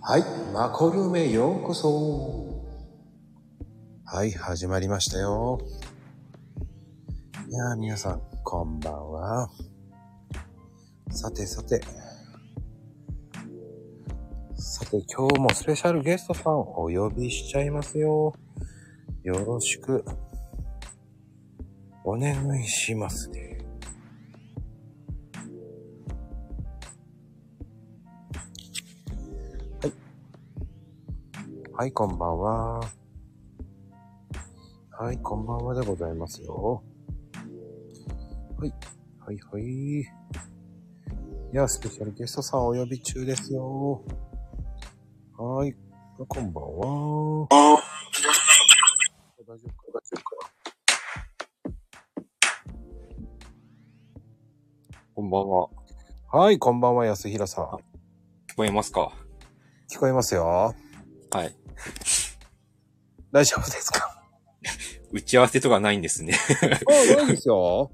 はい、マコルームへようこそ。はい、始まりましたよ。いやー、皆さん、こんばんは。さて、今日もスペシャルゲストさんお呼びしちゃいますよ。よろしくお願いしますね。はい、こんばんは。はい、こんばんはでございますよ。はい。いや、スペシャルゲストさんお呼び中ですよ。はい、こんばんは。大丈夫か。 こんばんは。 はい、こんばんは、安平さん。 聞こえますか？ 聞こえますよ。 はい。 大丈夫ですか？ 打ち合わせとかないんですね。 ないですよ。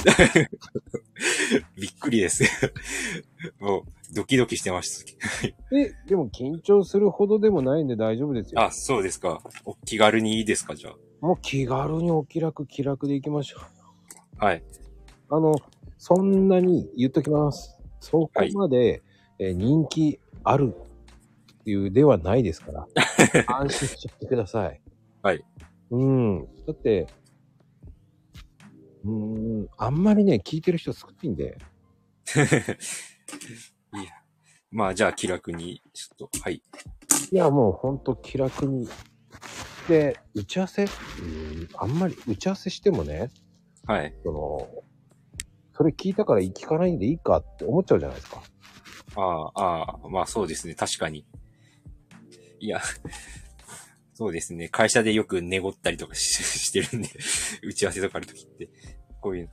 びっくりです。もう、ドキドキしてました。 でも緊張するほどでもないんで大丈夫ですよ。 あ、そうですか。お気軽にいいですか、じゃもう気軽に気楽でいきましょう。 あ。はい。 そんなに言っときます。そこまで、人気あるっていうではないですから。安心しちゃってください。 はい。 だって、あんまりね、聞いてる人少ないんで。 いや。まあ、じゃあ気楽に、ちょっと、はい。 いや、もうほんと気楽に。で、打ち合わせあんまり打ち合わせしてもね、 はい。 それ聞いたから聞かないんでいいかって思っちゃうじゃないですか。 まあそうですね。確かに。いや、そうですね。会社でよく寝ごったりとかしてるんで、打ち合わせとかあるときって、こういう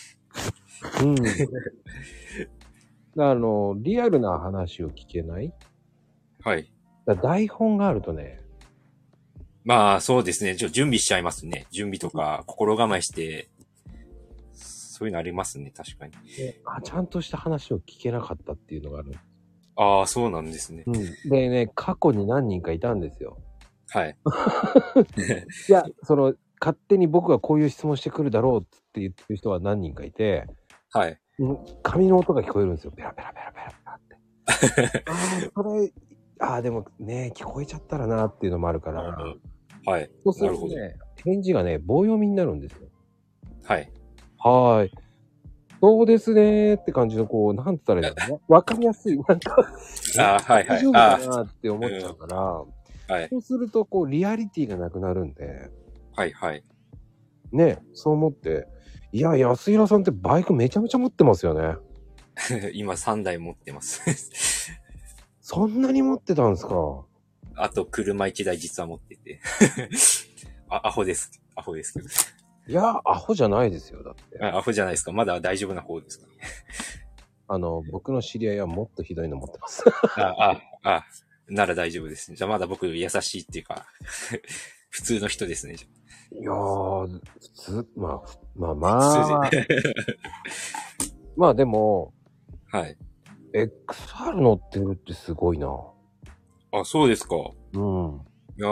の。リアルな話を聞けない。 はい。 台本があるとね。 まあ、そうですね。準備しちゃいますね。準備とか、心構えして、そういうのありますね。確かに。 ちゃんとした話を聞けなかったっていうのがある。 ああ、そうなんですね。 でね、過去に何人かいたんですよ。 はい。 いや、勝手に僕がこういう質問してくるだろうって言ってる人は何人かいて、 はい。 紙の音が聞こえるんですよ。ペラペラって。でもね、聞こえちゃったらなっていうのもあるから。 はい。 そうするとね、返事がね、棒読みになるんですよ。 はい。 はーい。そうですねーって感じのなんて言ったらいいんだろうね。わかりやすい。なんか、 はい。 大丈夫かなって思っちゃうから、 はい。 そうするとリアリティがなくなるんで、 はい。はい。 ね、そう思って、いや、安平さんってバイクめちゃめちゃ持ってますよね。 今3台持ってます。 そんなに持ってたんですか？ あと、車1台実は持ってて。アホです。アホですけど。 いや、アホじゃないですよ、だって。 アホじゃないですか。まだ大丈夫な方ですか？ 僕の知り合いはもっとひどいの持ってます。 なら大丈夫です。じゃあまだ僕優しいっていうか、普通の人ですね。 いやー、普通、まあ、まあでも、 はい。 XR 乗ってるってすごいな。 あ、そうですか。いや、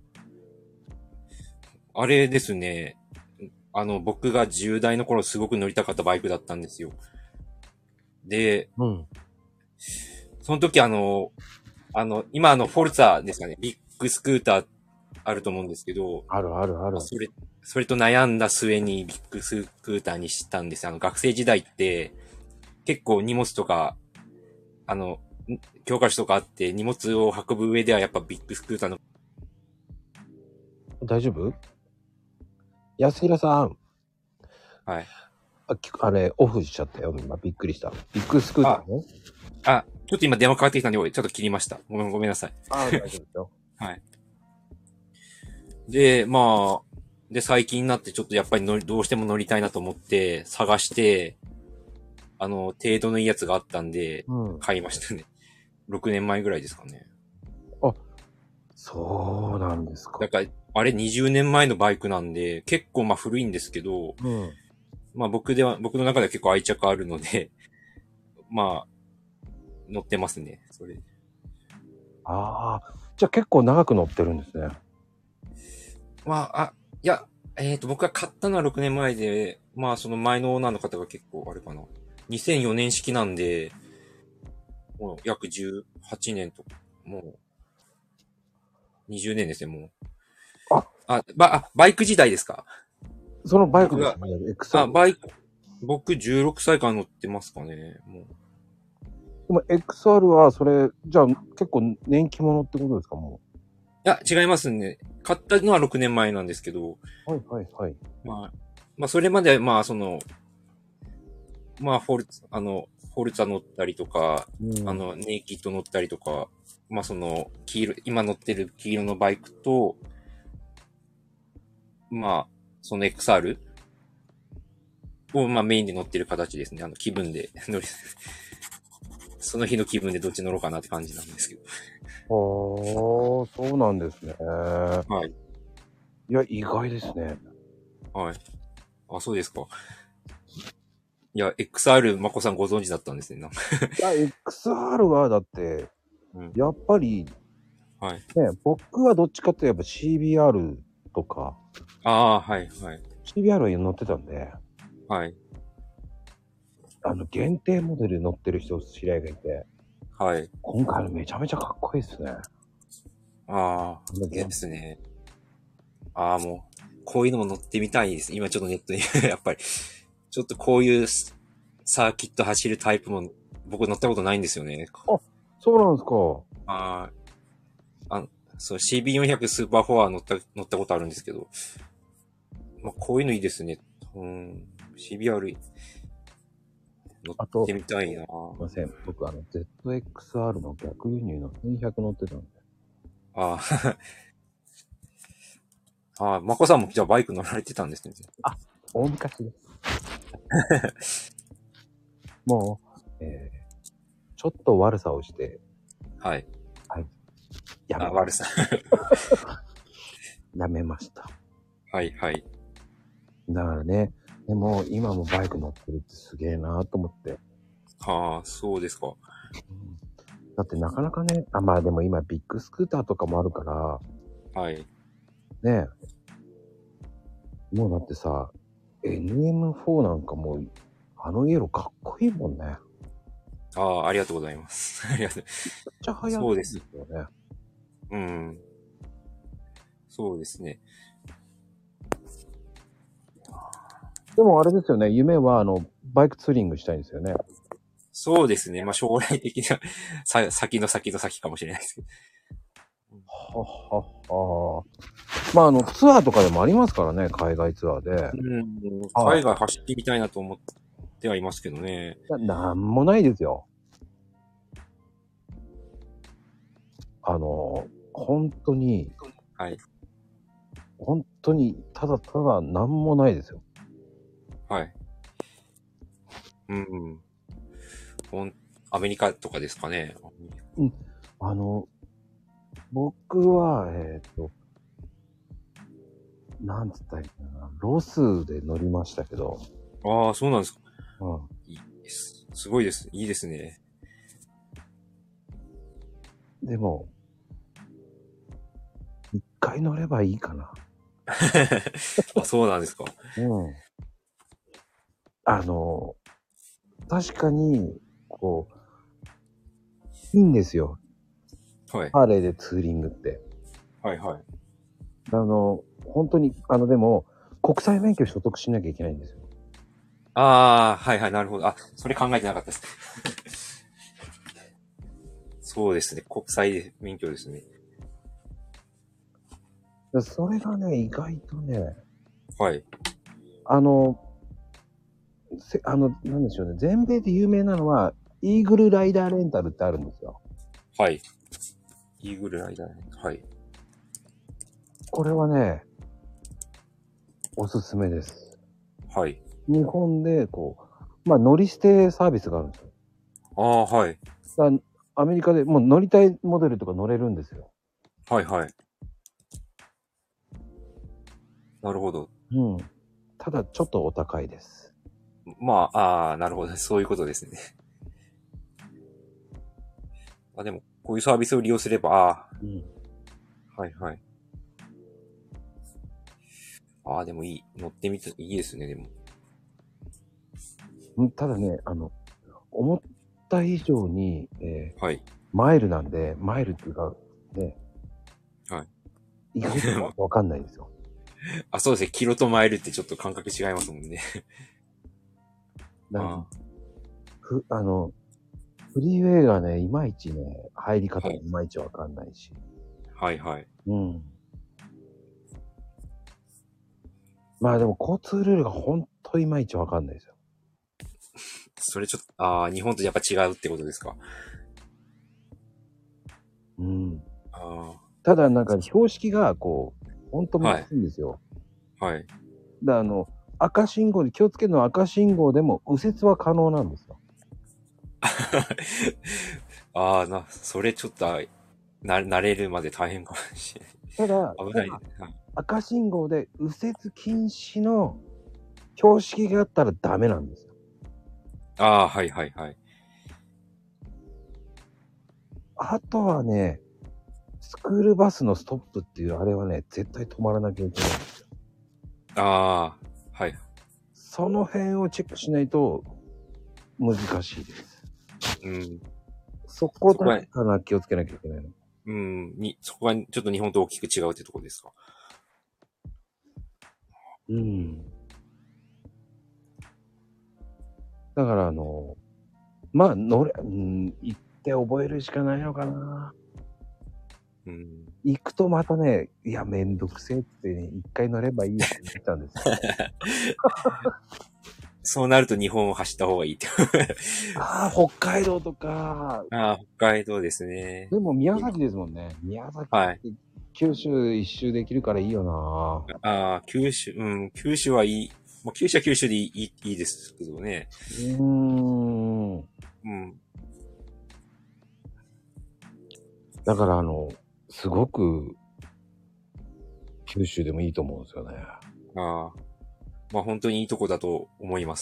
あれですね。僕が10代の頃すごく乗りたかったバイクだったんですよ。で、その時今フォルツァですかね、ビッグスクーターあると思うんですけど、 ある。 それと悩んだ末にビッグスクーターにしたんです。学生時代って、結構荷物とか、教科書とかあって荷物を運ぶ上ではやっぱビッグスクーターの。 大丈夫？安平さん。 はい。 あれ、オフしちゃったよ。今、びっくりした。ビッグスクーターね。 ちょっと今電話かかってきたんで、ちょっと切りました。ごめんなさい。 大丈夫ですよ。 はい。で、最近になってちょっとやっぱりどうしても乗りたいなと思って探して、程度のいいやつがあったんで、買いましたね。6年前ぐらいですかね。 あ、そうなんですか。 だから、あれ20年前のバイクなんで、結構古いんですけど、僕の中では結構愛着あるので、乗ってますね、それ。 ああ、じゃあ結構長く乗ってるんですね。 まあ、いや、僕が買ったのは6年前で、まあ、その前のオーナーの方が結構、あれかな。2004年式なんで、もう約18年と、もう20年ですね、もう。バイク時代ですか？ そのバイク僕が、 ですね。XR。 バイク、僕16歳から乗ってますかね、もう。 でも XR はそれ、じゃあ結構年季物ってことですか、もいや、違いますね。買ったのは6年前なんですけど、 う。はいはいはい。 まあ、それまで、まあ、まあ、フォルツァ乗ったりとか、 うん。 ネイキッド乗ったりとか、まあ、今乗ってる黄色のバイクと、まあ、その XR を、まあ、メインで乗ってる形ですね。気分でその日の気分でどっち乗ろうかなって感じなんですけど。 ああ、そうなんですね。 はい。 いや、意外ですね。 はい。あ、そうですか。いや、XR、まこさんご存知だったんですね。なんかいや、XR はだって、 うん。 やっぱり、 はい。 ね、僕はどっちかってやっぱ CBR とか、 ああ、はい、はい。 CBR は乗ってたんで、 はい。 限定モデル乗ってる人知り合いがいて、 はい。 今回のめちゃめちゃかっこいいですね。 ああ、いいですね。ああ、もう、こういうのも乗ってみたいです。今ちょっとネットにやっぱり、ちょっとこういうサーキット走るタイプも、僕乗ったことないんですよね。 あ、そうなんですか。 ああ、そう、CB400 スーパーフォア乗ったことあるんですけど、まあ、こういうのいいですね。CBR 乗っあと、 てみたいな。 すいません。僕、ZXR の逆輸入の1100乗ってたんで。 ああ、まこさんもじゃあバイク乗られてたんですね。 あ、大昔です。もう、ちょっと悪さをして、 はい。 はい、やめあ、 ま、 悪さ。 やめました。 はい、はい。 だからね、でも今もバイク乗ってるってすげえなと思って。 はあ、そうですか。 うん、だってなかなかね、まあでも今ビッグスクーターとかもあるから、 はい。 ね、もうだってさ、NM4 なんかもう、あのイエローかっこいいもんね。めっああ、ありがとうございます。ありがとう。 ちゃ速いそうです。 ですよね。 うん。そうですね。 でもあれですよね、夢はバイクツーリングしたいんですよね。 そうですね。まあ、将来的な先の先の先かもしれないですけど。 ははは。まあツアーとかでもありますからね、海外ツアーで。 うん。 はい。 海外走ってみたいなと思ってはいますけどね。 なんもないですよ。本当に、 はい。 本当に、ただただなんもないですよ。 はい。うん。ほん、アメリカとかですかね。 うん。僕は、なんつったらいいかな。ロスで乗りましたけど、 ああ、そうなんですか。 うん。 いいです。すごいです。いいですね。 でも、一回乗ればいいかな。 あ、そうなんですか。 うん。あの、確かに、こいいんですよ。 はい。 ハーレーでツーリングって。 はいはい。 本当に、でも、国際免許取得しなきゃいけないんですよ。 ああ、はいはい、なるほど。あ、それ考えてなかったです。そうですね。国際免許ですね。 それがね、意外とね、 はい。 あの、なんでしょうね。全米で有名なのは、イーグルライダーレンタルってあるんですよ。 はい。イーグルライダーね。はい。 これはね、おすすめです。 はい。 日本で、乗り捨てサービスがあるんですよ。 ああ、はい。 だアメリカでもう乗りたいモデルとか乗れるんですよ。 はいはい。なるほど。 うん。ただ、ちょっとお高いです。 まあ、ああ、なるほど。そういうことですね。あ、でも、 こういうサービスを利用すれば、 うん。 はいはい。でもいい。乗ってみていいですね、でも。 ただね、思った以上に、 はい。 マイルなんで、マイルっていうか、ね、 はい。 意外とわかんないですよ。 そうですね。キロとマイルってちょっと感覚違いますもんね。 なんか、ふ、あの、フリーウェイがね、いまいちね、入り方がいまいちわかんないし。 はいはい。 うん。まあでも交通ルールがほんといまいちわかんないですよ。 それちょっと、日本とやっぱ違うってことですか。 うん。 あただなんか標識がこう、ほんと難はい。 しいんですよ。 はい。 で、赤信号で気をつけるのは赤信号でも右折は可能なんですよ。 それちょっと、慣れるまで大変かもしれただ、 ない。危ないですね。はい。 赤信号で右折禁止の標識があったらダメなんですよ。 はいはいはい。 あとはね、スクールバスのストップっていうあれはね、絶対止まらなきゃいけないんですよ。 はい。 その辺をチェックしないと難しいです。 うん。 そこそこは、 だけかな、気をつけなきゃいけないの。 そこがちょっと日本と大きく違うってところですか。 うん。だからまあ、行って覚えるしかないのかな。 うん。 行くとまたね、いや、めんどくせえってね、一回乗ればいいやって言ったんですよ。 そうなると日本を走った方がいいって。 ああ、北海道とか、 北海道ですね。 でも宮崎ですもんね。宮崎はい。 って九州一周できるからいいよな。 九州はいい。九州は九州でいいですけどね。 ん。 うん。 だからすごく九州でもいいと思うんですよね。 本当にいいとこだと思います。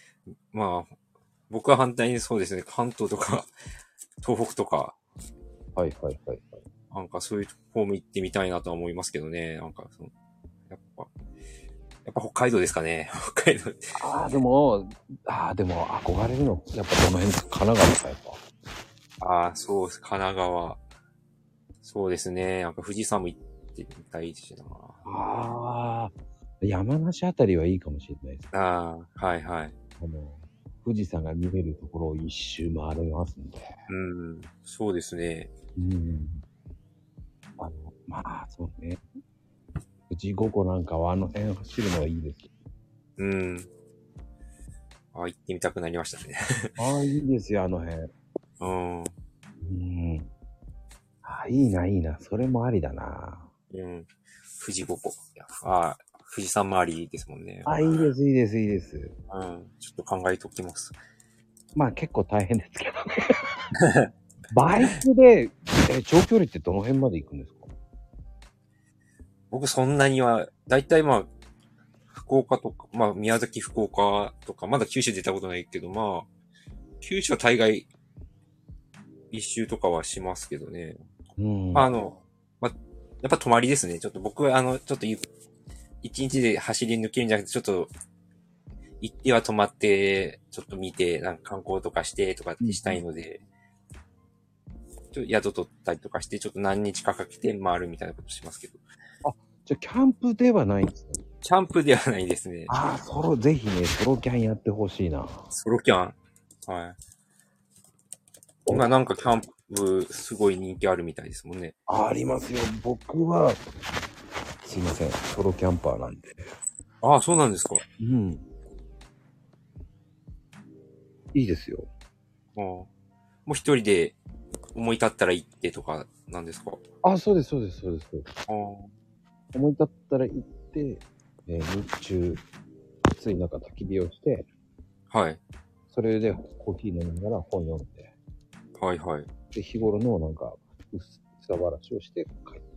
僕は反対にそうですね、関東とか、東北とか、 はいはいはい。 なんかそういう方も行ってみたいなとは思いますけどね。やっぱ、やっぱ北海道ですかね。北海道。 でも憧れるの、やっぱどの辺ですか？神奈川ですか、やっそうです。神奈川。そうですね。なんか富士山も行ってみたいしな。 ぱ。ああ、山梨あたりはいいかもしれないです。 はいはい。 富士山が見れるところを一周回れますんで。 そうですね。 うん。まあ、そうね。富士五湖なんかはあの辺走るのはいいです。 うん。行ってみたくなりましたね。 ああ、いいですよ、あの辺。 うん。 うん。ああ、いいな、いいな。それもありだな。 うん。富士五湖。富士山周りですもんね。 あ、いいです、いいです、いいです。 ちょっと考えときます。 まあ結構大変ですけどね。バイクで、長距離ってどの辺まで行くんですか？ 僕そんなには、だいたい福岡とか、宮崎、福岡とか、まだ九州出たことないけど、九州は大概、一周とかはしますけどね。 うん。 やっぱ泊まりですね。ちょっと僕は、ちょっと一日で走り抜けるんじゃなくて、ちょっと、行っては泊まって、ちょっと見て、なんか観光とかしてとかってしたいので、ちょっと宿取ったりとかして、ちょっと何日かかけて回るみたいなことしますけど。 あ、じゃあキャンプではないんですね。 キャンプではないですね。 ああ、ぜひね、ソロキャンやってほしいな。 ソロキャン。はい。今なんかキャンプすごい人気あるみたいですもんね。 ありますよ。僕は、すいません、ソロキャンパーなんで。 そうなんですか。 うん。いいですよ。 もう一人で思い立ったら行ってとかなんですか。 あ、そうです、そうです、そうです。 あ思い立ったら行って、日中、暑い中焚き火をして、 はい。 それでコーヒー飲みながら本読んで、 はいはい。 で、日頃のなんか、薄さ話をして帰って。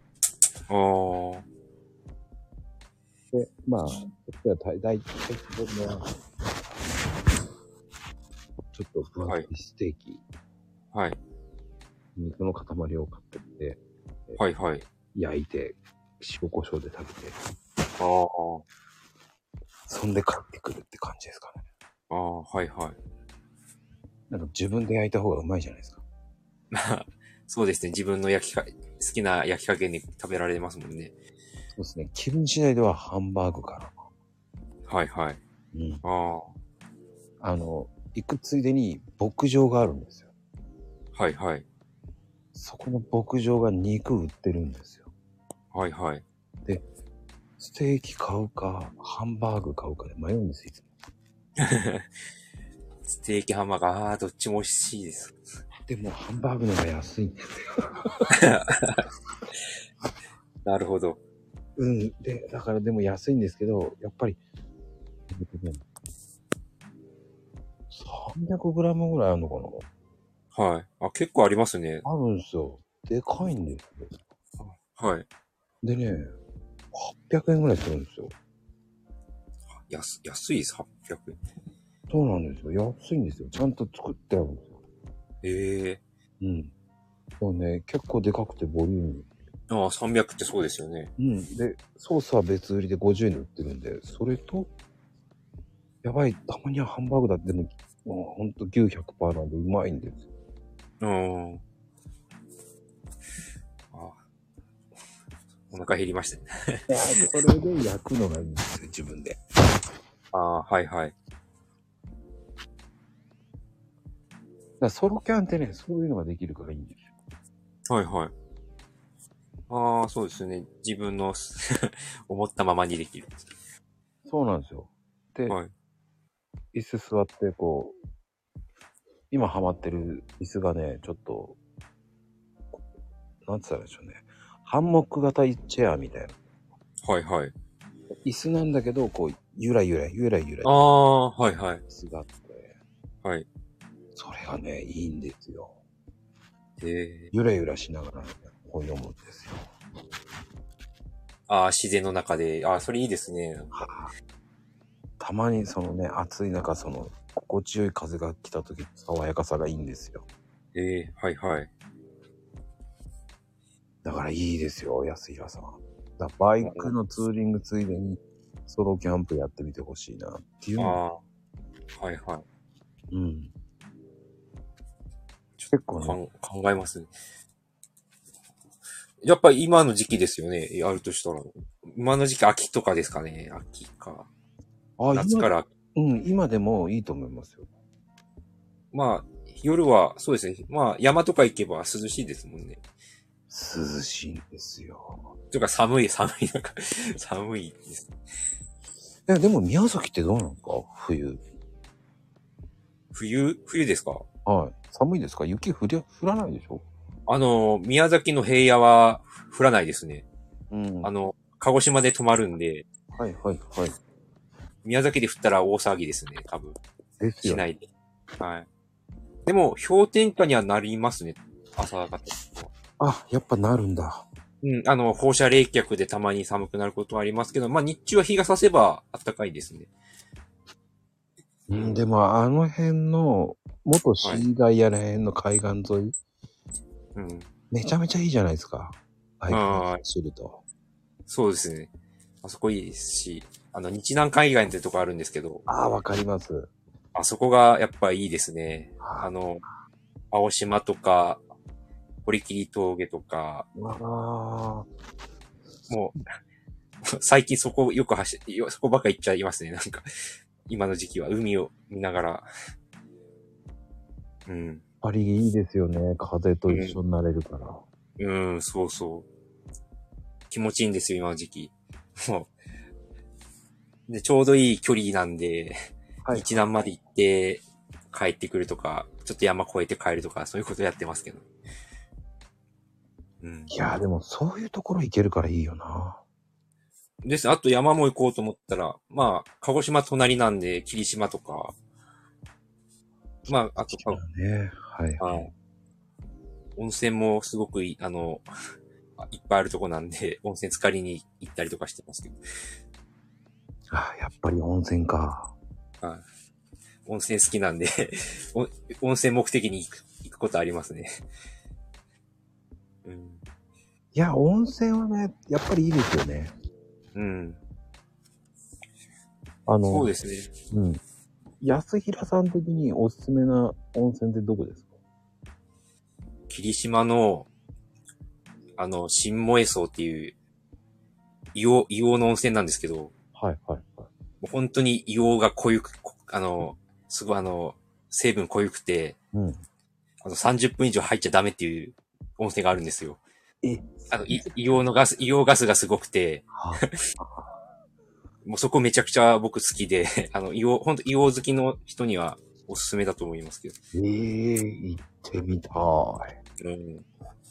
で、まあ、そっちは大体自分の、ちょっと分厚いステーキ、 はい。 肉の塊を買ってきて、 はいはい。 焼いて、塩コショウで食べて、 ああ。 そんで帰ってくるって感じですかね。 ああ、はいはい。 なんか自分で焼いた方がうまいじゃないですか。 まあ、そうですね。自分の好きな焼き加減で食べられますもんね。 そうですね。気分次第ではハンバーグかはいはい。 な。うん。 ああ。 行くついでに牧場があるんですよ。 はいはい。 そこの牧場が肉売ってるんですよ。 はいはい。 で、ステーキ買うか、ハンバーグ買うかで迷うんですよ、いつも。 ステーキハンバーガー、ああ、どっちも美味しいです。 でも、ハンバーグの方が安いんですよ。 なるほど。 うん。で、だからでも安いんですけど、やっぱり、300グラムぐらいあるのかはい。あ、結構ありますね。 な。あるんですよ。でかいんですよ。 はい。 でね、800円ぐらいするんですよ。 安いです、800円。 そうなんですよ。安いんですよ。ちゃんと作ってあるんですよ。 ええうん。そうね、結構でかくてボリューミー。ああ、300ってそうですよね。 ー。うん。で、ソースは別売りで50円で売ってるんで、それと、やばい、たまにはハンバーグだってでも、もうほんと牛100%なんでうまいんですよ。 うん。ああ、お腹減りましたね。 いや、それで焼くのがいいんですよ、自分で。 ああ、はいはい。 だからソロキャンってね、そういうのができるからいいんですよ。 はいはい。ああ、そうですね。自分の思ったままにできる。 そうなんですよ。で、 はい。 椅子座って、こう、今ハマってる椅子がね、ちょっと、なんつったらいいでしょうね。ハンモック型チェアみたいな。 はいはい。 椅子なんだけど、こう、ゆらゆら、ゆらゆら、 ああ、はいはい。 椅子があって、 はい。 それがね、いいんですよ。 ええゆらゆらしながら、ね、本読むんですよ。 ああ、自然の中で。ああ、それいいですね。 はあ、たまにそのね、暑い中、その、心地よい風が来た時、爽やかさがいいんですよ。 ええはいはい。 だからいいですよ、安平さん。バイクのツーリングついでに、ソロキャンプやってみてほしいなっていうあのも。 あ、はいはい。 うん。結構ね。 考えますね。やっぱり今の時期ですよね。やるとしたら。今の時期、秋とかですかね。秋か。 あ、今、 夏から。 うん、今でもいいと思いますよ。 まあ、夜は、そうですね。まあ、山とか行けば涼しいですもんね。 涼しいんですよ。 というかなんか寒いです。 いや、でも宮崎ってどうなのか冬。 冬ですか？ はい。寒いですか？雪降らないでしょ？ 宮崎の平野は降らないですね。 うん。 鹿児島で止まるんで、 はいはいはい。 宮崎で降ったら大騒ぎですね、多分。 ですよね。 しないで。はい。でも、氷点下にはなりますね。朝方。 あ、やっぱなるんだ。 うん、放射冷却でたまに寒くなることはありますけど、まあ日中は日が差せば暖かいですね。 うん、でもあの辺の、元シはい。 ーガイアら辺の海岸沿い、 うん。 めちゃめちゃいいじゃないですか。バイクでああ、 走ると。 そうですね。あそこいいですし、日南海岸ってとこあるんですけど、 ああ、わかります。 あそこがやっぱいいですね。 あ青島とか、堀切峠とか、 あ、 もう、最近そこよくそこばっか行っちゃいますね。なんか、今の時期は海を見ながら。うん。 やっぱりいいですよね。風と一緒になれるから。 うん、そうそう。気持ちいいんですよ、今の時期。もう。で、ちょうどいい距離なんで、 はい。 日南まで行って帰ってくるとか、ちょっと山越えて帰るとか、そういうことやってますけど。うん。 いやーでもそういうところ行けるからいいよな。 です。あと山も行こうと思ったら、まあ、鹿児島隣なんで、霧島とか、まあ、あとね。はいはい。 はい。温泉もすごくいっぱいあるとこなんで、温泉浸かりに行ったりとかしてますけど。 ああ、やっぱり温泉か。 はい。温泉好きなんで温泉目的に行くことありますね。 いや、温泉はね、やっぱりいいですよね。 うん。そうですね。 うん。安平さん的におすすめな温泉ってどこですか？ 霧島の、新萌え荘っていう、硫黄の温泉なんですけど、 はいはいはい。 もう本当に硫黄が濃ゆく、すごい成分濃ゆくて、 うん。 30分以上入っちゃダメっていう温泉があるんですよ。 え、 硫黄ガスがすごくて、 はもうそこめちゃくちゃ僕好きで、本当硫黄好きの人にはおすすめだと思いますけど。 行ってみたい。 うん。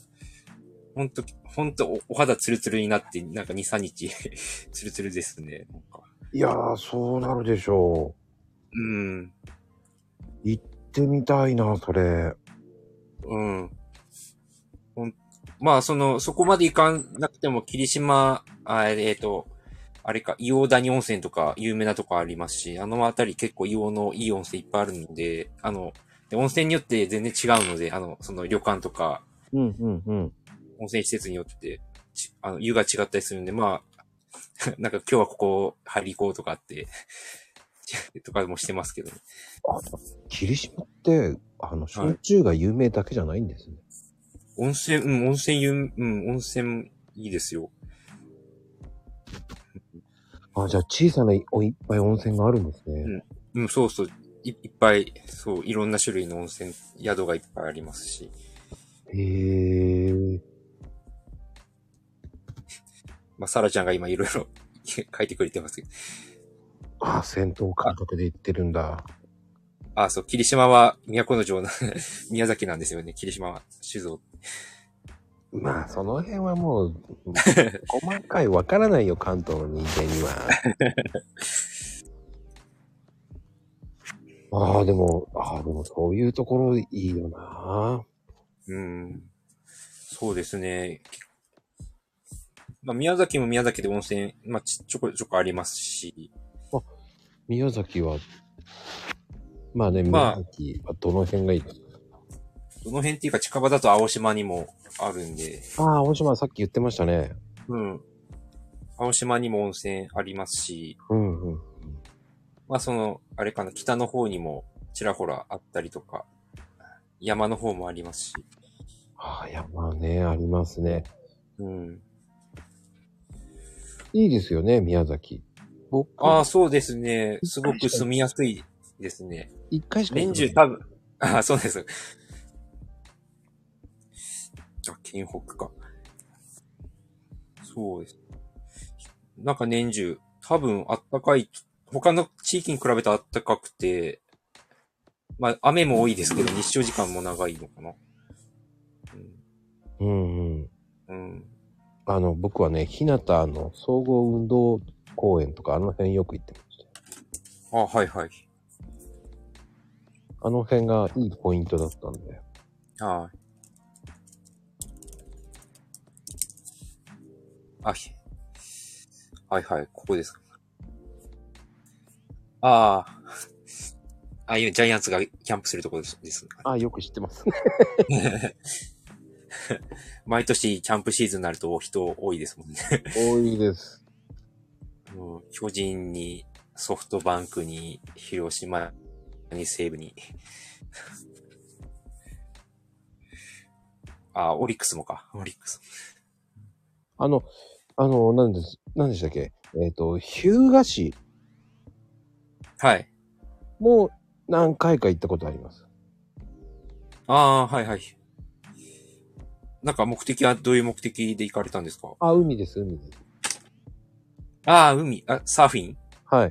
本当お肌ツルツルになって、なんか2、3日ツルツルですね。なんかいやー、そうなるでしょうん。 う。行ってみたいな、それ。 うん。まあ、そこまで行かなくても、霧島、あれか、硫黄谷温泉とか有名なとこありますし、あのあたり結構硫黄のいい温泉いっぱいあるんで、で温泉によって全然違うので、その旅館とか、 うんうんうん。 温泉施設によって、湯が違ったりするんで、まあ、なんか今日はここ張り行こうとかって、とかもしてますけどね。 あ、霧島って、 はい。 焼酎が有名だけじゃないんですね。 温泉いいですよ。 あ、じゃあ小さないっぱい温泉があるんですね。 うん。うん、そうそう。いっぱい、そう、いろんな種類の温泉、宿がいっぱいありますし。 へえ。 まあ、サラちゃんが今いろいろ書いてくれてますけど。 あ、銭湯感覚で行ってるんだ。 そう、霧島は都城の宮崎なんですよね。霧島は酒造。 まあ、その辺はもう、細かいわからないよ、関東の人間には。でもそういうところいいよな。 うん。そうですね。まあ、宮崎も宮崎で温泉、まあ、ちょこちょこありますし。 あ、宮崎は、まあね、宮まあ、 崎はどの辺がいいですか？ どの辺っていうか近場だと青島にもあるんで。 大島さっき言ってましたね。 うん。青島にも温泉ありますし。 うんうん。 まああれかな、北の方にもちらほらあったりとか、山の方もありますし。 山ね、ありますね。 うん。 いいですよね、宮崎。僕、 そうですね。すご一回しか、 く住みやすいですね。 一回しか行ったことない。 年中多分、そうです。県北か。そうです。なんか年中、多分あったかい、他の地域に比べてあったかくて、まあ雨も多いですけど、日照時間も長いのかな。 うんうん。 うん。 僕はね、日向の総合運動公園とかあの辺よく行ってました。 はいはい。 あの辺がいいポイントだったんで。 はい。はいはい、ここですか。ああ、ああいうジャイアンツがキャンプするところです。 よく知ってます。 毎年キャンプシーズンになると人多いですもんね。 多いです。 巨人に、ソフトバンクに、広島に、西武に。オリックスもか。オリックス。 何でしたっけ？日向市はい。 も何回か行ったことあります。 はいはい。なんか目的はどういう目的で行かれたんですか？ 海です、海です。 海。サーフィン。 はい。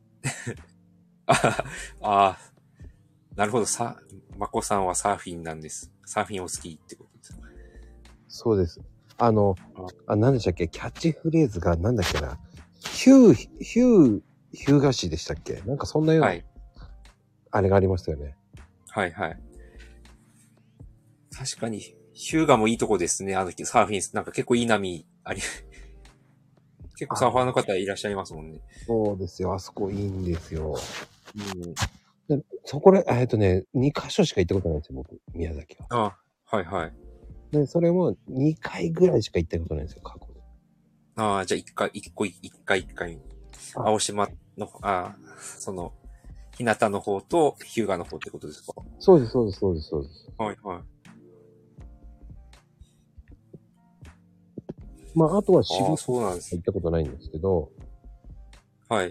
ああなるほど。まこさんはサーフィンなんです。サーフィンお好きってことです。 そうです。何でしたっけ？キャッチフレーズが何だっけな。日向市でしたっけ？なんかそんなような、 はい。 あれがありましたよね。 はいはい。確かに、ヒューガもいいとこですね。サーフィン、なんか結構いい波あり、結構サーファーの方いらっしゃいますもんね。 そうですよ。あそこいいんですよ。 うん。 でそこで、2カ所しか行ったことないんですよ、僕、宮崎は。 はいはい。 で、それも2回ぐらいしか行ったことないんですよ、過去に。 ああ、じゃあ一回。青島の、日向の方と日向の方ってことですか？ そうです、そうです、そうです、そうです。 はいはい。 まあ、あとは渋ああ、 谷そうなんです。 行ったことないんですけど、 はい。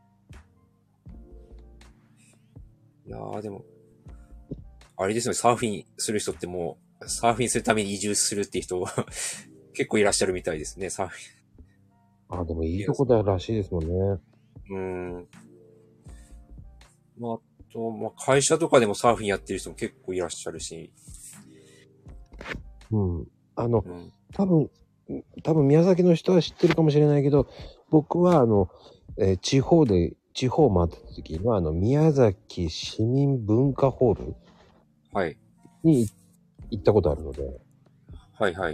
いやーでも、あれですよね、サーフィンする人ってもう、サーフィンするために移住するっていう人結構いらっしゃるみたいですね、サーフあ、でもいィン。 いとこだらしいですもんね。 うーん。まあ、会社とかでもサーフィンやってる人も結構いらっしゃるし。 うん。 うん。 多分、多分宮崎の人は知ってるかもしれないけど、僕は地方を回ってた時には、宮崎市民文化ホールはい。 に行ったことあるので、 はいはい。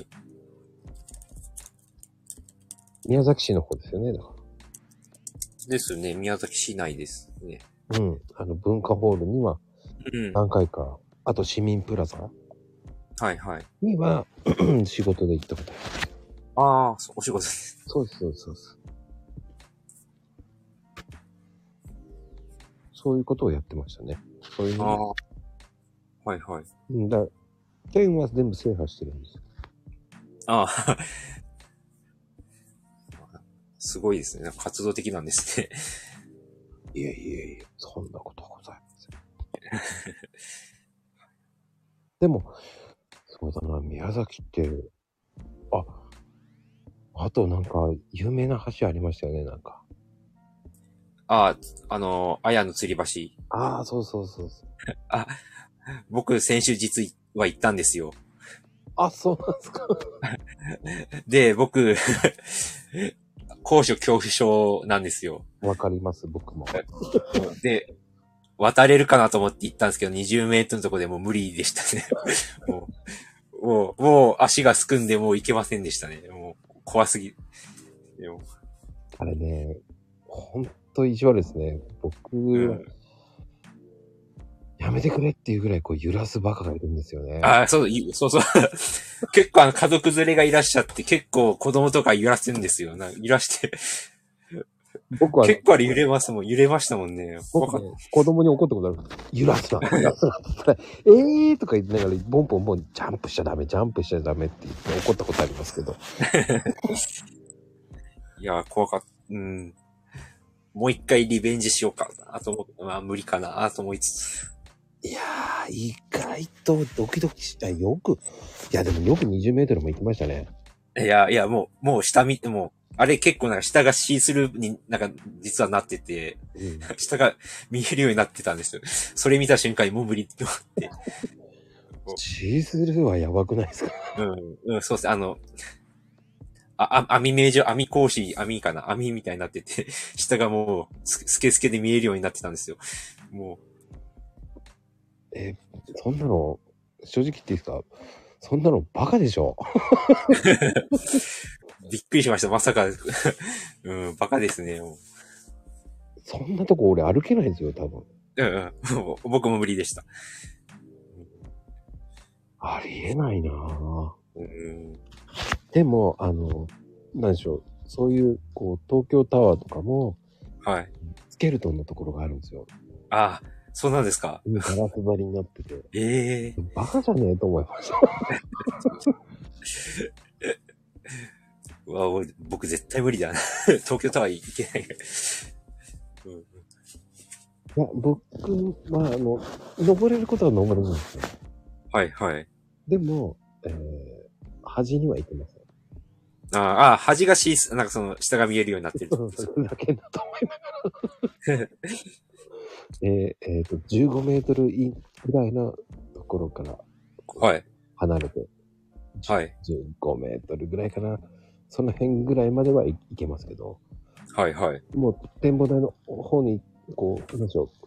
宮崎市の方ですよね、だかですね、宮崎市内ですね。 ら。うん。文化ホールにはうん。 何回か、あと市民プラザはいはい。 には仕事で行ったことある。 ああ、お仕事です。 そうです、そうです、そうです。そういうことをやってましたね。そういうので。 ああ、はいはい。 うんだ、県は全部制覇してるんですよ。 ああ、すごいですね。なんか活動的なんですね。 いえいえいえ、そんなことはございません。でも、そうだな、宮崎って、あ、あとなんか、有名な橋ありましたよね、なんか。 ああ、綾の吊り橋。 ああ、そうそうそうそう。 あ、僕先週実は行ったんですよ。 あ、そうなんですか。 で、僕高所恐怖症なんですよ。 わかります、僕も。 で、渡れるかなと思って行ったんですけど、20メートルのとこでもう無理でしたね。もう足がすくんでもう行けませんでしたね。もう怖すぎ。でもあれね、ほんと意地悪ですね。僕は、 うん。 やめてくれっていうぐらいこう揺らすバカがいるんですよね。 ああ、そうそう。結構家族連れがいらっしゃって、結構子供とか揺らせるんですよ。揺らして。 僕は、 結構あれ揺れますもん。揺れましたもんね。怖かっ僕ね、子供に怒ったことある。揺らすな、揺らすなって言ったら、とか言ってながら、ボンボンボン、ジャンプしちゃダメ、ジャンプしちゃダメって言って怒ったことありますけど。 いや、怖かった。うん。もう一回リベンジしようかなと思って、まあ無理かなと思いつつ。 いやー、意外とドキドキした。いやでもよく20メートルも行きましたね。 いや、もう下見ても、あれ結構なんか下がシースルーになんか実はなってて、 うん。 下が見えるようになってたんですよ。それ見た瞬間にもう無理って思って。 シースルーはやばくないですか？ うん、うん、そうです。網目状、網格子、網かな網みたいになってて、下がもうスケスケで見えるようになってたんですよ。もそんなの、正直言っていいですか？そんなのバカでしょ？ う、びっくりしました。まさか、うん、バカですね。もそんなとこ俺歩けないですよ、多分。 ううんうん。もう僕も無理でした。 ありえないなぁ。 うん、 でも、なんでしょう。そういう、こう、東京タワーとかも、 はい。 スケルトンのところがあるんですよ。 ああ、そうなんですか。 ガラス張りになってて。 ええバカじゃねえと思いました。 うわ、僕絶対無理だな。東京タワー行けない。うん、 いや、僕は、登れることは登れるんですよ。 はいはい。 でも、端には行けません。 端がシース、なんかその、下が見えるようになってるってことですか？ それだけだと思います。15メートルぐらいのところからはい。 離れて、 はい。 15メートルぐらいかな。その辺ぐらいまでは行けますけど、 はいはい。 もう展望台の方に、こう、なんでしょう、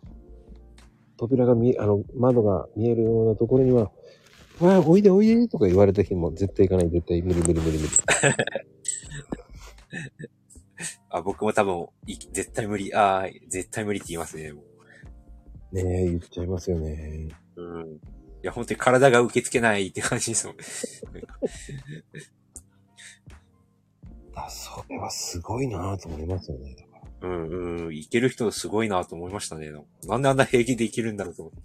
窓が見えるようなところには、わあ、おいでおいでとか言われた日も絶対行かない、絶対無理無理無理無理。 僕も多分、絶対無理。絶対無理って言いますね。もねえ、言っちゃいますよね。 ううん。いや、本当に体が受け付けないって感じですもん。 それはすごいなぁと思いますよね。だから。 いける人すごいなと思いましたね。なんであんな平気でいけるんだろうと思って。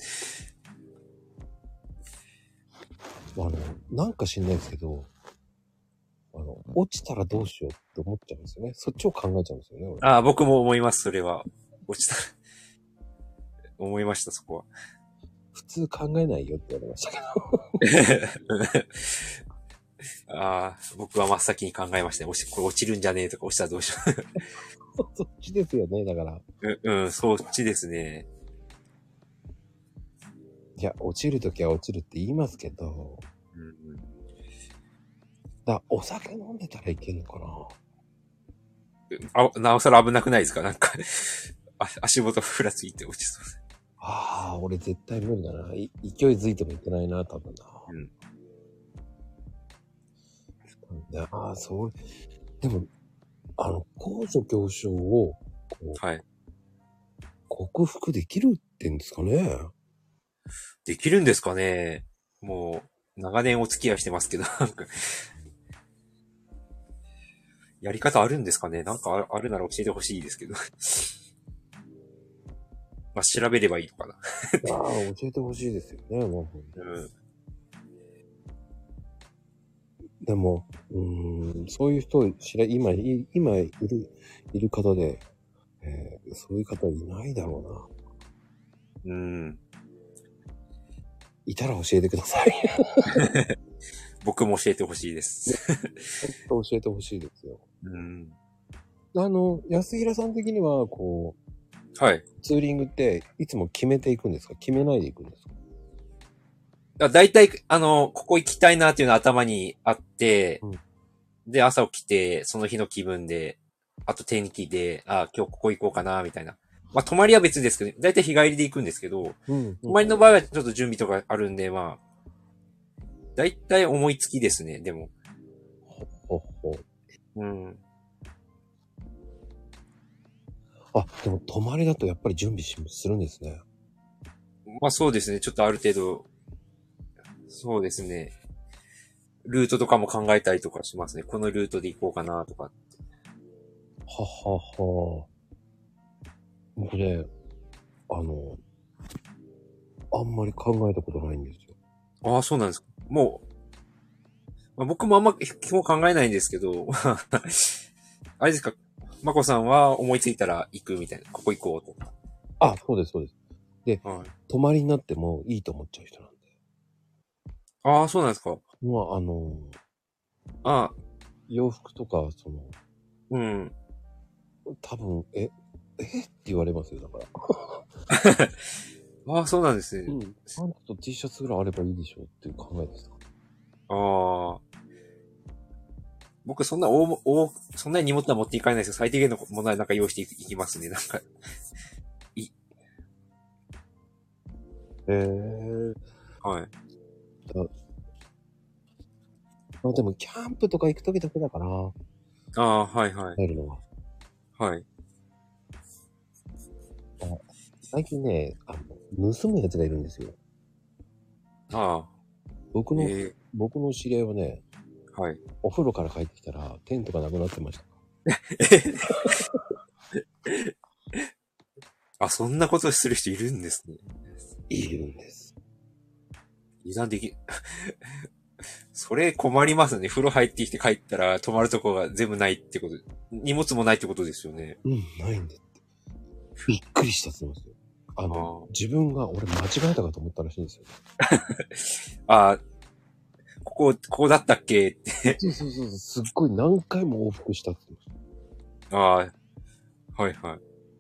なんか知んないですけど、落ちたらどうしようって思っちゃうんですよね。そっちを考えちゃうんですよね、俺。 僕も思います、それは。落ちたら思いました、そこは。 普通考えないよって言われましたけど。僕は真っ先に考えましたね。これ落ちるんじゃねえとか落ちたらどうしよう。そっちですよね、だから。 そっちですね。 いや、落ちるときは落ちるって言いますけど、お酒飲んでたらいけんのかな。なおさら危なくないですか？なんか足元ふらついて落ちそう。 俺絶対無理だな。勢いづいてもいけないな、多分な。でも、高所恐怖症を、克服できるってんですかね。 できるんですかね。もう、長年お付き合いしてますけど、やり方あるんですかね。なんかあるなら教えてほしいですけど。まあ、調べればいいのかな。 教えてほしいですよね、もう。でも、そういう人今いる方で、そういう方いないだろうな。いたら教えてください。 僕も教えてほしいです。 教えてほしいですよ。安平さん的には、ツーリングっていつも決めていくんですか？決めないでいくんですか？ だいたい、ここ行きたいなっていうのは頭にあって、で、朝起きて、その日の気分で、あと天気で、今日ここ行こうかな、みたいな。まあ、泊まりは別ですけど、だいたい日帰りで行くんですけど、泊まりの場合はちょっと準備とかあるんで、まあ、だいたい思いつきですね、でも。 でも泊まりだとやっぱり準備するんですね。 まあそうですね、ちょっとある程度、そうですね。ルートとかも考えたりとかしますね。このルートで行こうかなとか。 僕ね、あんまり考えたことないんですよ。そうなんですか。もう、まあ、僕もあんま基本考えないんですけど、あれですか、まこさんは思いついたら行くみたいな。ここ行こうとか。 そうです、そうです。で、泊まりになってもいいと思っちゃう人なんで。 そうなんですか。 洋服とか、多分、って言われますよ、だから。 そうなんですね。 パンツと T シャツぐらいあればいいでしょうっていう考えですか。 僕そんなそんなに荷物は持っていかないですけど、最低限のものはなんか用意していきますね、なんか。はい。 でも、キャンプとか行くときだけだから。 はいはい。 入るのは。 はい。 最近ね、盗むやつがいるんですよ。僕の知り合いはね、お風呂から帰ってきたら、テントがなくなってました。 そんなことする人いるんですね。 いるんです。 油断でき、それ困りますね。風呂入ってきて帰ったら泊まるとこが全部ないってこと。荷物もないってことですよね。 ないんですって。びっくりしたって言いますよ。自分が俺間違えたかと思ったらしいんですよ。 ここだったっけって。 そう。すっごい何回も往復したって言ってました。はいはい。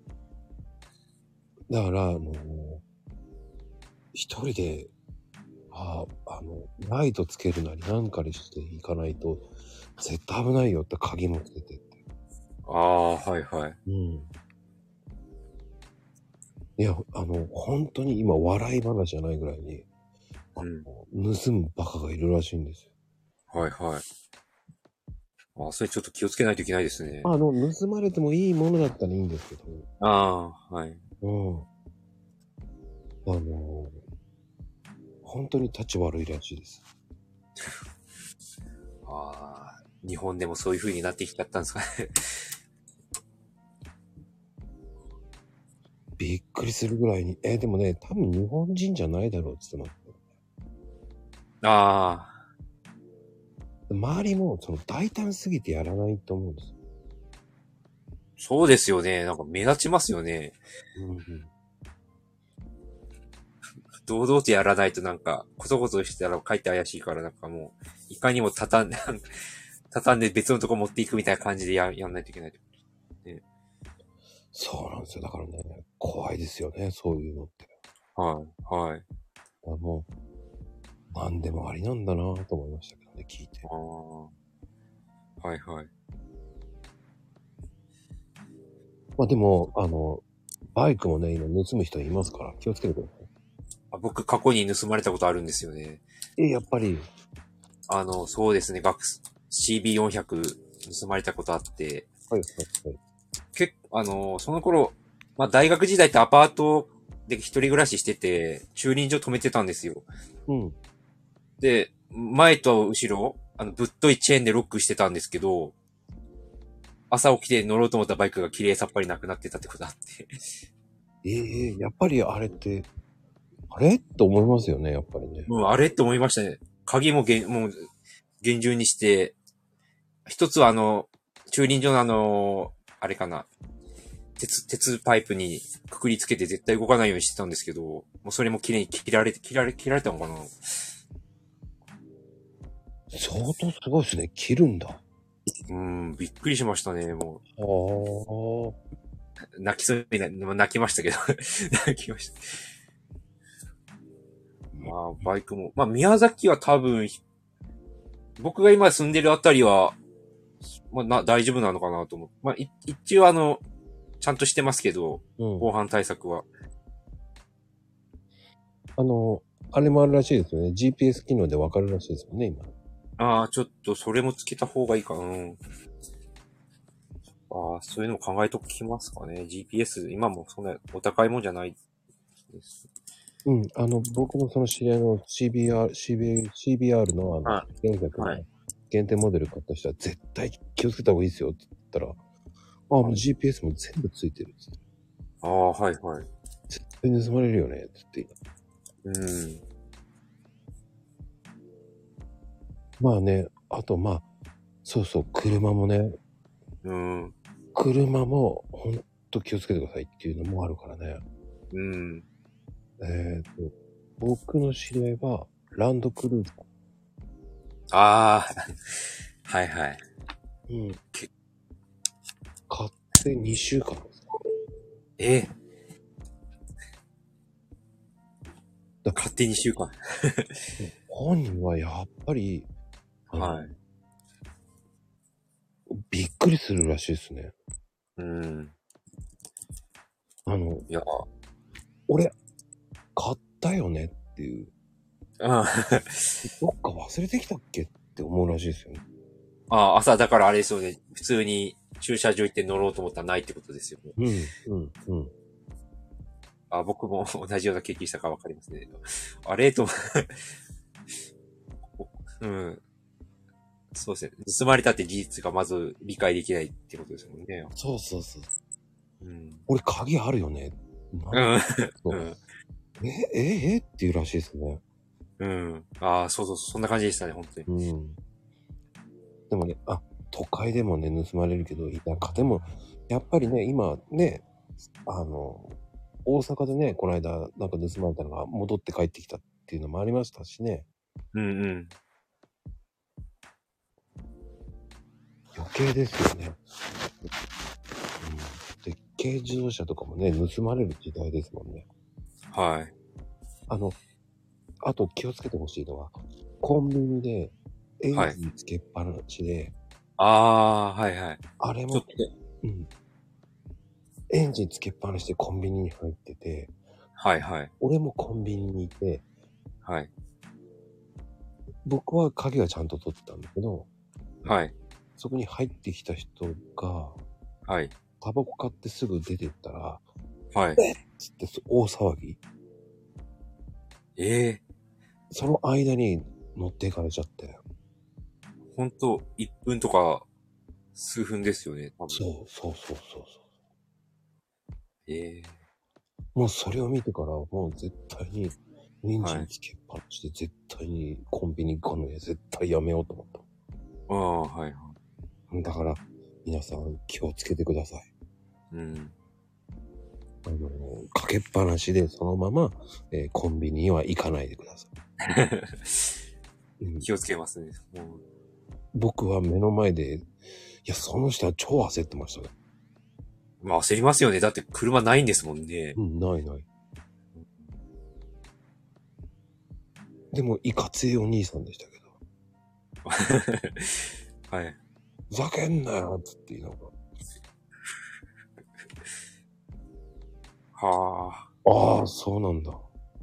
だから、一人で、ライトつけるなりなんかにしていかないと、絶対危ないよって鍵もつけてって。 はいはい。 いや、本当に今笑い話じゃないぐらいに、盗むバカがいるらしいんですよ。 はいはい。それちょっと気をつけないといけないですね。 盗まれてもいいものだったらいいんですけど。 はい。 本当に立ち悪いらしいです。 ああ、日本でもそういう風になってきちゃったんですかね。 びっくりするぐらいに、でもね、多分日本人じゃないだろうって言ってます。 ああ。 周りもその大胆すぎてやらないと思うんですよ。 そうですよね。なんか目立ちますよね。 うんうん、 堂々とやらないとなんか、こそこそしてたらかえって怪しいからなんかもう、いかにも畳んで別のとこ持っていくみたいな感じでやんないといけない。ね、 そうなんですよ。だからね、怖いですよね、そういうのって。 はい、はい。 もう、何でもありなんだなぁと思いましたけどね、聞いて。 ああ。はい、はい。 まあでも、バイクもね、今盗む人いますから気をつけてくださ僕過去に盗まれたことあるんですよね。 やっぱり。 そうですね、CB400 盗まれたことあって。 はい、はい、はい。 その頃、まあ大学時代ってアパートで一人暮らししてて、駐輪場止めてたんですよ。 うん。 で、前と後ろ、ぶっといチェーンでロックしてたんですけど、朝起きて乗ろうと思ったバイクが綺麗さっぱりなくなってたってことあって。 やっぱりあれって、あれと思いますよね、やっぱりね。 もうあれって思いましたね。鍵ももう厳重にして、一つは駐輪場のあれかな。鉄パイプにくくりつけて絶対動かないようにしてたんですけど、もうそれも綺麗に切られたのかな。 相当すごいですね。切るんだ。 びっくりしましたね、もああ。 う。泣きそうに泣きましたけど。泣きました。まあ、バイクも。まあ、宮崎は多分、僕が今住んでるあたりは、まあ、大丈夫なのかなと思う。まあ、一応ちゃんとしてますけど、防犯対策は。 あれもあるらしいですよね。GPS 機能でわかるらしいですもんね、今。 ああ、ちょっとそれもつけた方がいいかな。ああ、そういうのも考えときますかね。GPS、今もそんなお高いもんじゃないです。 うん、僕のその知り合いの CBR の400の限定モデル買った人は絶対気をつけた方がいいですよって言ったら、もう GPS も全部ついてるっつって。 ああ、はいはい。 絶対盗まれるよねって言って。まあね、あとまあ、そうそう、車もね。車もほんと気をつけてくださいっていうのもあるからね。僕の知り合いはランドクルーザー。 ああ、はいはい。 買って2週間ですか。 買って2週間。 本人はやっぱり、びっくりするらしいですね。いや、俺、買ったよねっていう。どっか忘れてきたっけって思うらしいですよね。 朝だからあれですよね。普通に駐車場行って乗ろうと思ったらないってことですよね。僕も同じような経験したかわかりますね。あれと、そうですね。盗まれたって事実がまず理解できないってことですもんね。 そう。俺鍵あるよね。っていうらしいですね。 そう、そんな感じでしたね、本当に。 でもね、都会でもね、盗まれるけど、田舎でも、やっぱりね、今ね、大阪でね、この間、なんか盗まれたのが戻って帰ってきたっていうのもありましたしね。余計ですよね。で、軽自動車とかもね、盗まれる時代ですもんね。 はい。 あと気をつけてほしいのは、コンビニでエンジンつけっぱなしで、 はいはい。 あれも、エンジンつけっぱなしでコンビニに入ってて、 はいはい。 俺もコンビニにいて、 はい。 僕は鍵はちゃんと取ってたんだけど、 はい。 そこに入ってきた人が、 はい。 タバコ買ってすぐ出てったら、 はい。 つって大騒ぎ。その間に持っていかれちゃって。 ほんと、1分とか、数分ですよね、多分。 そうそうそうそう。 ええもうそれを見てから、もう絶対に、エンジンつけっぱなしで、絶対にコンビニ行くのに絶対やめようと思った。 ああ、はいはい。 だから、皆さん気をつけてください。 うん。 かけっぱなしでそのまま、コンビニには行かないでください。 気をつけますね。 僕は目の前で、いや、その人は超焦ってましたね。 まあ焦りますよね。だって車ないんですもんね。 うん、ないない。でも、いかついお兄さんでしたけど。はい。 ふざけんなよつって言いながら。 はあ。ああ、そうなんだ。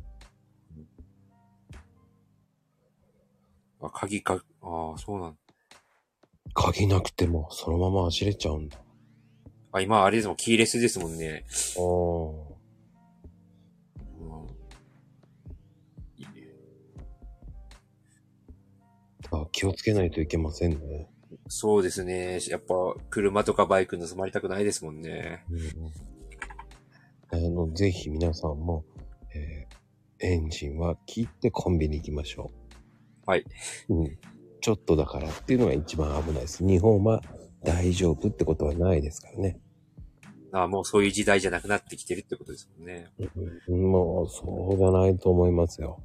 鍵か、ああ、そうなんだ。 鍵なくても、そのまま走れちゃうんだ。 今あれですもん、キーレスですもんね。 ああ。 いいね。 気をつけないといけませんね。 そうですね。やっぱ、車とかバイク盗まれたくないですもんね。 ぜひ皆さんも、エンジンは切ってコンビニ行きましょう。はい。 ちょっとだからっていうのが一番危ないです。日本は大丈夫ってことはないですからね。 もうそういう時代じゃなくなってきてるってことですもんね。 もう、そうじゃないと思いますよ。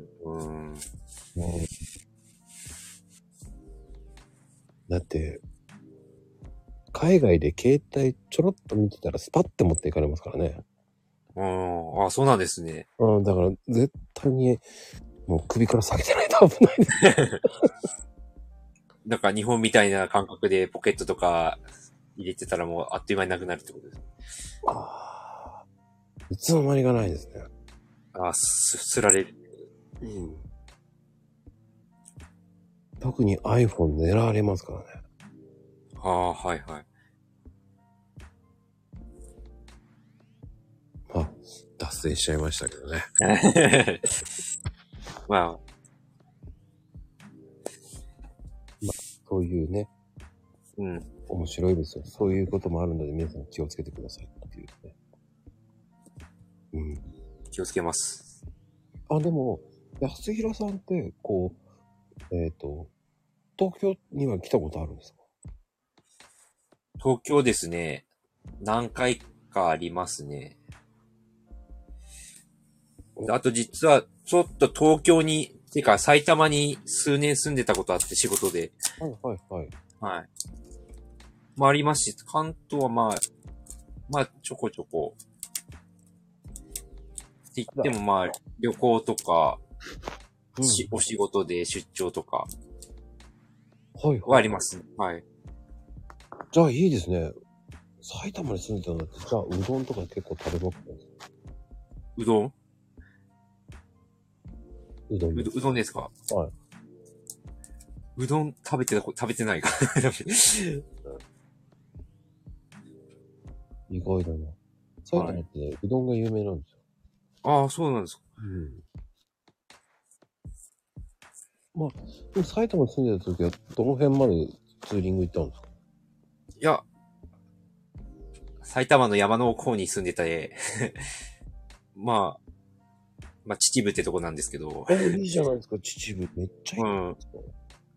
だって、海外で携帯ちょろっと見てたらスパッて持っていかれますからね。 そうなんですね。 だから絶対にもう首から下げてないと危ないです。 なんか日本みたいな感覚でポケットとか入れてたらもうあっという間になくなるってことです。 いつの間にかないですね。 すられる。 特に iPhone 狙われますからね。 はいはい。 脱線しちゃいましたけどね。 まあ、 そういうね。面白いですよ。そういうこともあるので皆さん気をつけてくださいっていうね。 気をつけます。 でも、安弘さんって、東京には来たことあるんですか？ 東京ですね。何回かありますね。あと実は、ちょっと東京に、てか埼玉に数年住んでたことあって仕事で。 はい。 ありますし、関東はちょこちょこ。って言っても旅行とか、お仕事で出張とか。はあります。はい。 じゃあいいですね。埼玉に住んでたんだって、じゃあうどんとか結構食べますか？ うどんうどんですか？ はい。 うどん食べてないか。 意外だな。埼玉ってね、うどんが有名なんですよ。そうなんですか。 でも埼玉に住んでた時は、どの辺までツーリング行ったんですか？ いや、埼玉の山の方に住んでて、秩父ってとこなんですけど。 いいじゃないですか、秩父。めっちゃいいんですか？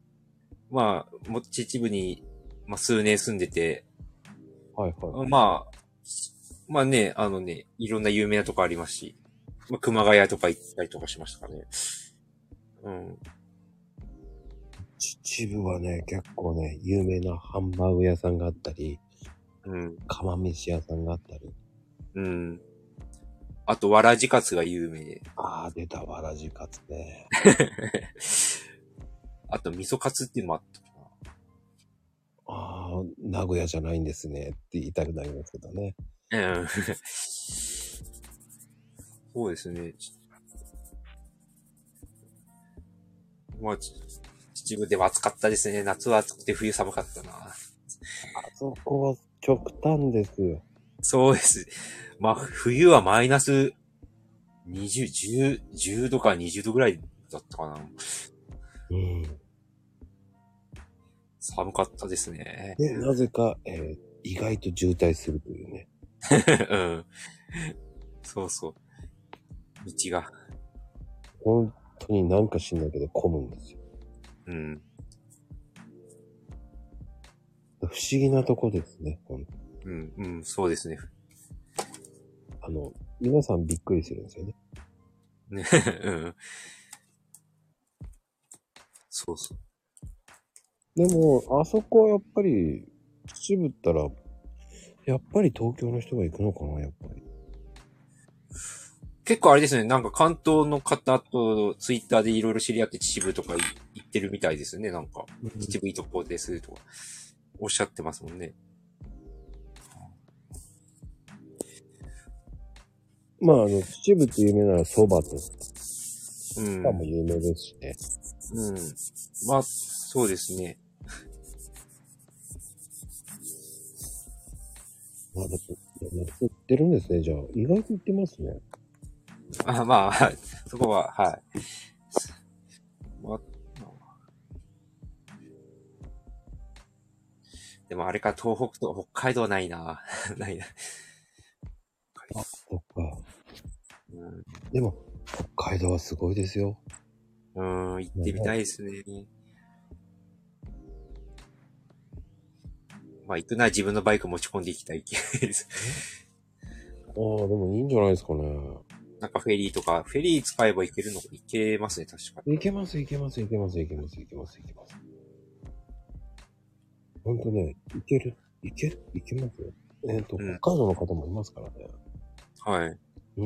秩父に、数年住んでて。 はい。 いろんな有名なとこありますし、熊谷とか行ったりとかしましたかね。 秩父はね、結構ね、有名なハンバーグ屋さんがあったり、釜飯屋さんがあったり。 あと、わらじかつが有名。 出た、わらじかつね。 あと、味噌カツっていうのもあったかな。名古屋じゃないんですねって言いたくなりますけどね。 そうですね。秩父では暑かったですね。夏は暑くて冬寒かったな。あそこは極端ですよ。 そうです。冬はマイナス10度か20度ぐらいだったかな。 寒かったですね。 で、なぜか、意外と渋滞するというね。 うん。そうそう。道が。 本当になんか知んないけど混むんですよ。 うん。 不思議なとこですね。 うん、うん、そうですね。 皆さんびっくりするんですよね。 ねうん。そうそう。 でも、あそこはやっぱり、秩父ったら、やっぱり東京の人が行くのかな、やっぱり。 結構あれですね、なんか関東の方とツイッターでいろいろ知り合って秩父とか行ってるみたいですね、なんか。秩父いいとこですとか、おっしゃってますもんね。 まあ、秩父って有名なら蕎麦と、 うん。 も有名ですしね。 うん。まあ、そうですね。 まあ、だって、行ってるんですね、じゃあ。意外と行ってますね。 あまあ、はい。そこは、はい。まあ、でもあれか、東北と北海道ないな。ないな。 あ、そっか。 うん、 でも、北海道はすごいですよ。 行ってみたいですね。まあ、行くなら自分のバイク持ち込んでいきたいです。 ああ、でもいいんじゃないですかね。 なんかフェリーとか、フェリー使えば行けるの、行けますね、確かに。 行けます、行けます、行けます、行けます、行けます、行けます。ほんとね、行けますよ。 うん。 北海道の方もいますからね。 はい。 うん。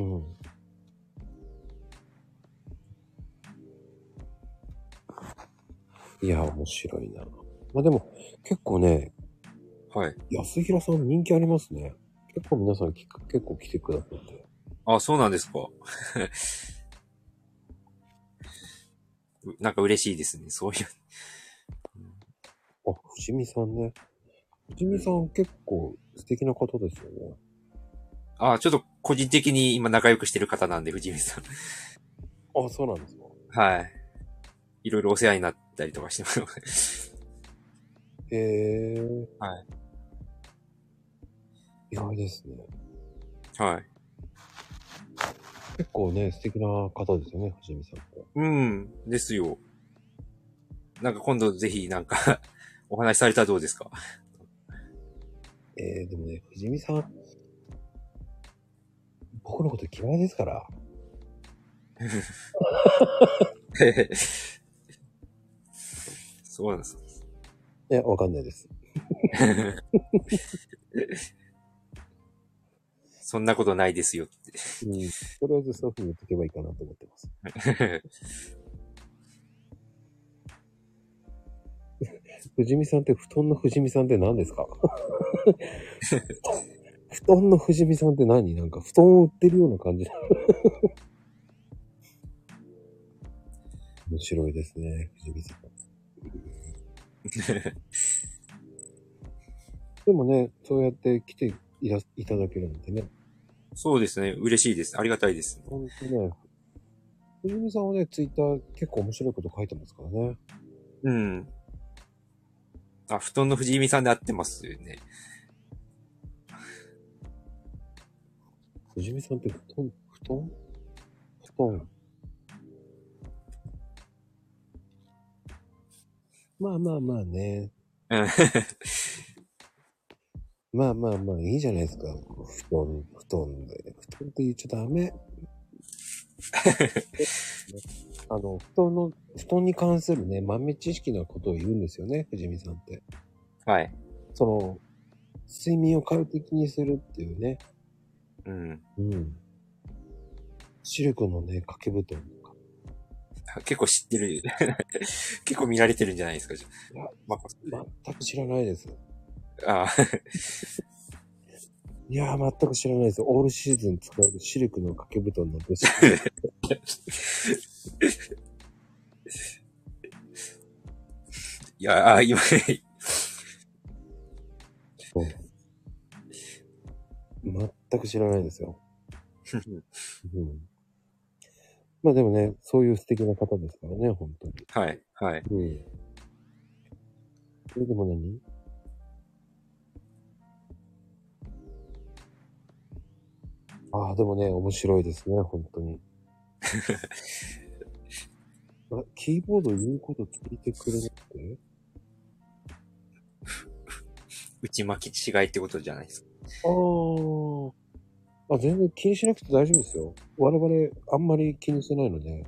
いや、面白いな。まあでも、結構ね、 はい。 安弘さん人気ありますね。結構皆さん結構来てくださって。 あ、そうなんですか。なんか嬉しいですね、そういう。 あ、藤見さんね。藤見さん結構素敵な方ですよね。 あ、ちょっと個人的に今仲良くしてる方なんで、藤見さん。 あ、そうなんですか。 はい。いろいろお世話になったりとかしてます。 へえ、 はい。 意外ですね。 はい。 結構ね、素敵な方ですよね、藤見さんって。 うん。ですよ。なんか今度ぜひなんかお話しされたらどうですか？ でもね、藤見さん、僕のこと嫌いですから。 そうなんです。 いや、わかんないです。 そんなことないですよって。 うん。とりあえずそういうふうに言っとけばいいかなと思ってます。藤見さんって布団の藤見さんって何ですか？布団の藤見さんって何？なんか布団を売ってるような感じ。面白いですね、藤見さん。でもね、そうやって来ていただけるんでね。 そうですね。嬉しいです。ありがたいです。 ほんとね、藤見さんはね、ツイッター結構面白いこと書いてますからね。 うん。あ、布団の藤井美さんで合ってますよね。 藤見さんって布団まあまあまあね。 うん。 まあまあまあいいじゃないですか。布団で。布団って言っちゃダメ。布団に関するね、豆知識なことを言うんですよね、藤見さんって。 はい。 その、睡眠を快適にするっていうね。 うん。 うん。シルクのね、掛け布団とか。 結構知ってる。結構見られてるんじゃないですか、じゃいや、 あ。 全く知らないです。 ああ。 いや全く知らないです。オールシーズン使えるシルクの掛け布団のベスいや、今、 ト。全く知らないですよ。うん。まあでもね、そういう素敵な方ですからね、本当に。 はい、はい。 うん。 それでも何？ああ、でもね、面白いですね、本当に。キーボード言うこと聞いてくれなくて？ 内巻き違いってことじゃないですか。 全然気にしなくて大丈夫ですよ。我々、あんまり気にしてないので。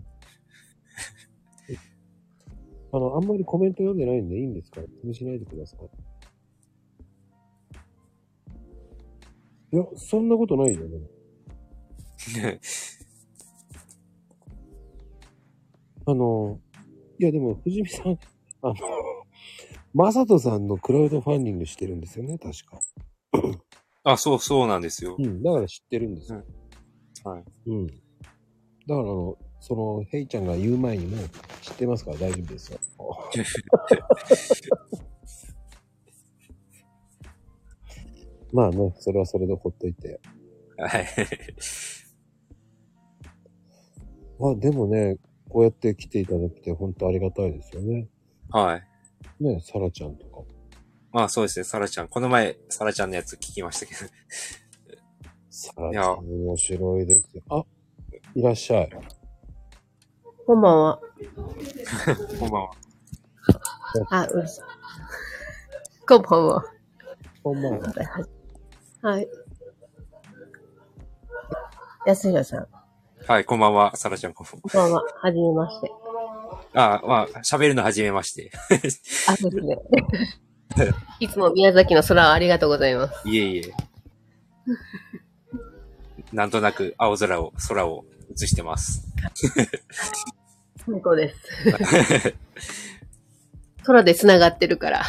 あんまりコメント読んでないんでいいんですから、気にしないでください。いや、そんなことないよね。いやでも、藤見さん、マサトさんのクラウドファンディングしてるんですよね、確か。 あ、そうなんですよ。 うん、だから知ってるんですよ。 はい。 うん。だからヘイちゃんが言う前にも知ってますから大丈夫ですよ。まあね、それはそれでほっといて。 はい。 でもね、こうやって来ていただいて本当ありがたいですよね。 はい。 ね、サラちゃんとか。 まあそうですね、サラちゃん。この前、サラちゃんのやつ聞きましたけど。 サラちゃん面白いですよ。あ、いらっしゃい。 こんばんは。 こんばんは。 あ、うるさい。こんばんは。 こんばんは。 はい。安弘さん。 はい、こんばんは。サラちゃん、こんばんは。はじめまして。 まあ、喋るのはじめまして。 あ、そうですね。いつも宮崎の空をありがとうございます。 いえいえ。なんとなく青空を映してます。 最高です。空で繋がってるから。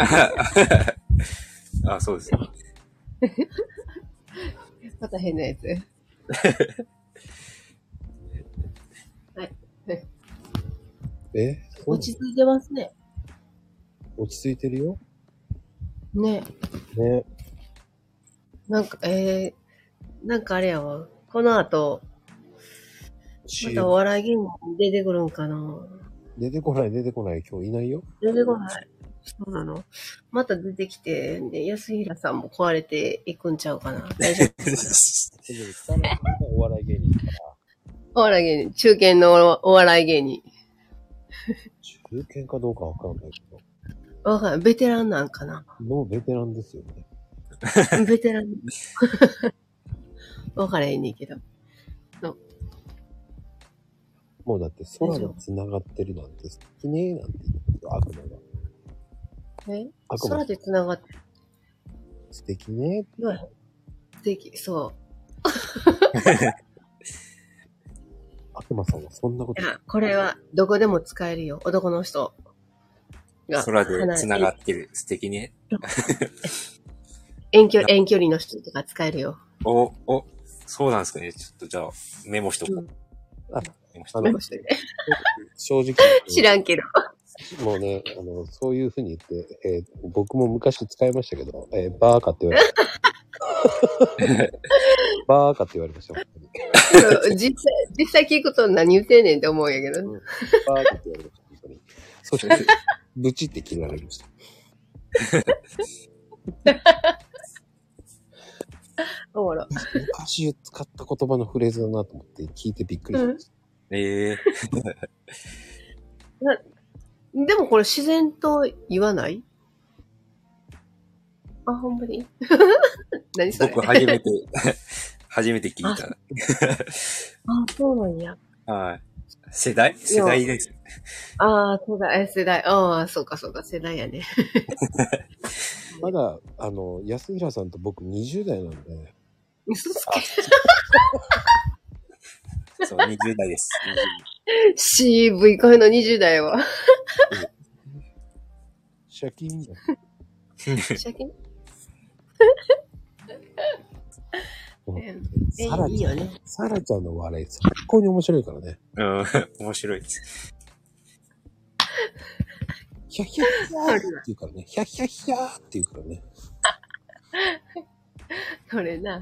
あ、そうですね。 また変なやつ。はい。落ち着いてますね。 落ち着いてるよ。 ね。 ね。 なんかあれやわ。この後、またお笑い芸人出てくるんかな。 出てこない。今日いないよ。 出てこない。そうなの。また出てきて、で、安平さんも壊れていくんちゃうかな。大丈夫かな。 お笑い芸人から。 お笑い芸人。中堅のお笑い芸人。 中堅かどうかわかんないけど。 わかんない。ベテランなんかな。 もうベテランですよね。 ベテラン。わからへんねんけど。 もうだって空が繋がってるなんて素敵ねーなんて言ってますよ、悪魔が。 空で繋がってる。 素敵ねー。素敵、そう。 悪魔さんはそんなこと。 いや、これはどこでも使えるよ。男の人が。空で繋がってる。素敵ね。 遠距離の人とか使えるよ。 そうなんですかね。ちょっとじゃあ、メモしとこう。 メモしといて。 正直。 知らんけど。 もうね、そういうふうに言って、僕も昔使いましたけど、バーカって言われました。バーカって言われました。 実際聞くと何言ってんねんって思うんやけど。 バーカって言われました。本当に。そして、ブチって切られました。 おもろ。 昔使った言葉のフレーズだなと思って聞いてびっくりしました。 でもこれ自然と言わない？あ、ほんまに何それ？ 僕初めて聞いた。 あ、そうなんや。 はい。世代です。 ああ、世代。ああ、そうか、世代やね。 まだ、安平さんと僕20代なんで。 嘘つけ。 そう、20代です。 渋い声の20代は。 シャキンだ。 シャキンいいよね。 サラちゃんの笑い最高に面白いからね。 面白いです。 ヒャヒャヒャーって言うからね。ヒャヒャヒャーって言うからね。 それな。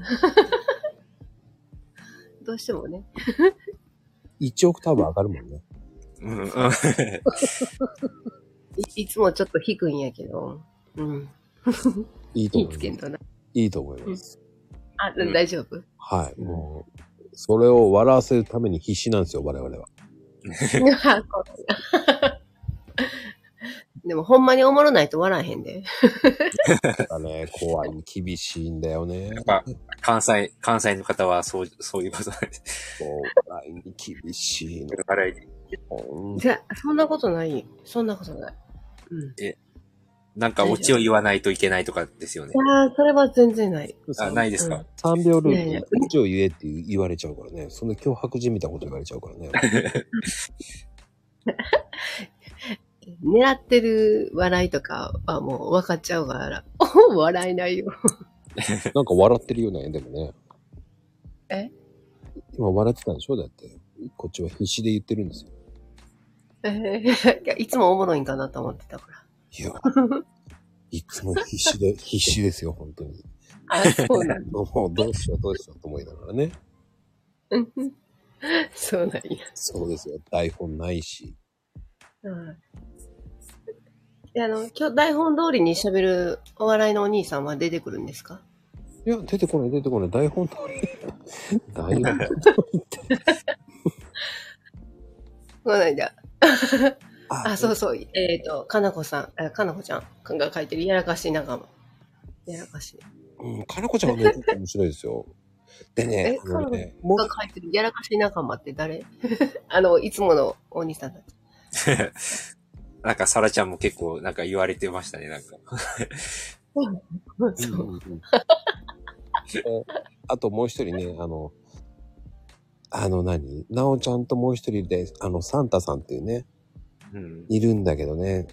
どうしてもね。 1オクターブ上がるもんね。 いつもちょっと低いんやけど。うん。 いいと思います。 いいつけんとな。 いいと思います。 あ、大丈夫。 はい。もう、それを笑わせるために必死なんですよ、我々は。 でもほんまにおもろないと笑えへんで。 だね、怖い、厳しいんだよね。 やっぱ、関西の方はそういうことなんです。 笑いに厳しいの。 笑いに。 じゃ、そんなことない。そんなことない。うん。 なんかオチを言わないといけないとかですよね。 いやそれは全然ない。 あ、ないですか、 3秒ルールでオチを言えって言われちゃうからね。そんな脅迫人みたいなこと言われちゃうからね。 狙ってる笑いとかはもう分かっちゃうから、笑えないよ。 なんか笑ってるよね、でもね。今笑ってたんでしょだって。こっちは必死で言ってるんですよ。 いつもおもろいんかなと思ってたから。 いや、いつも必死ですよ、本当に。 あ、そうなんだ。 もうどうしようと思いながらね。 そうなんや。 そうですよ。台本ないし。 今日台本通りに喋るお笑いのお兄さんは出てくるんですか？ いや、出てこない。台本通り。台本通りって。 この間。そうそう。かなこちゃんが書いてるやらかし仲間。やらかし。 かなこちゃんはね、面白いですよ。でね、 かなこが書いてるやらかし仲間って誰？いつものお兄さんたち。 なんか、サラちゃんも結構、なんか言われてましたね、なんか。 あともう一人ね、なおちゃんともう一人で、サンタさんっていうね、いるんだけどね、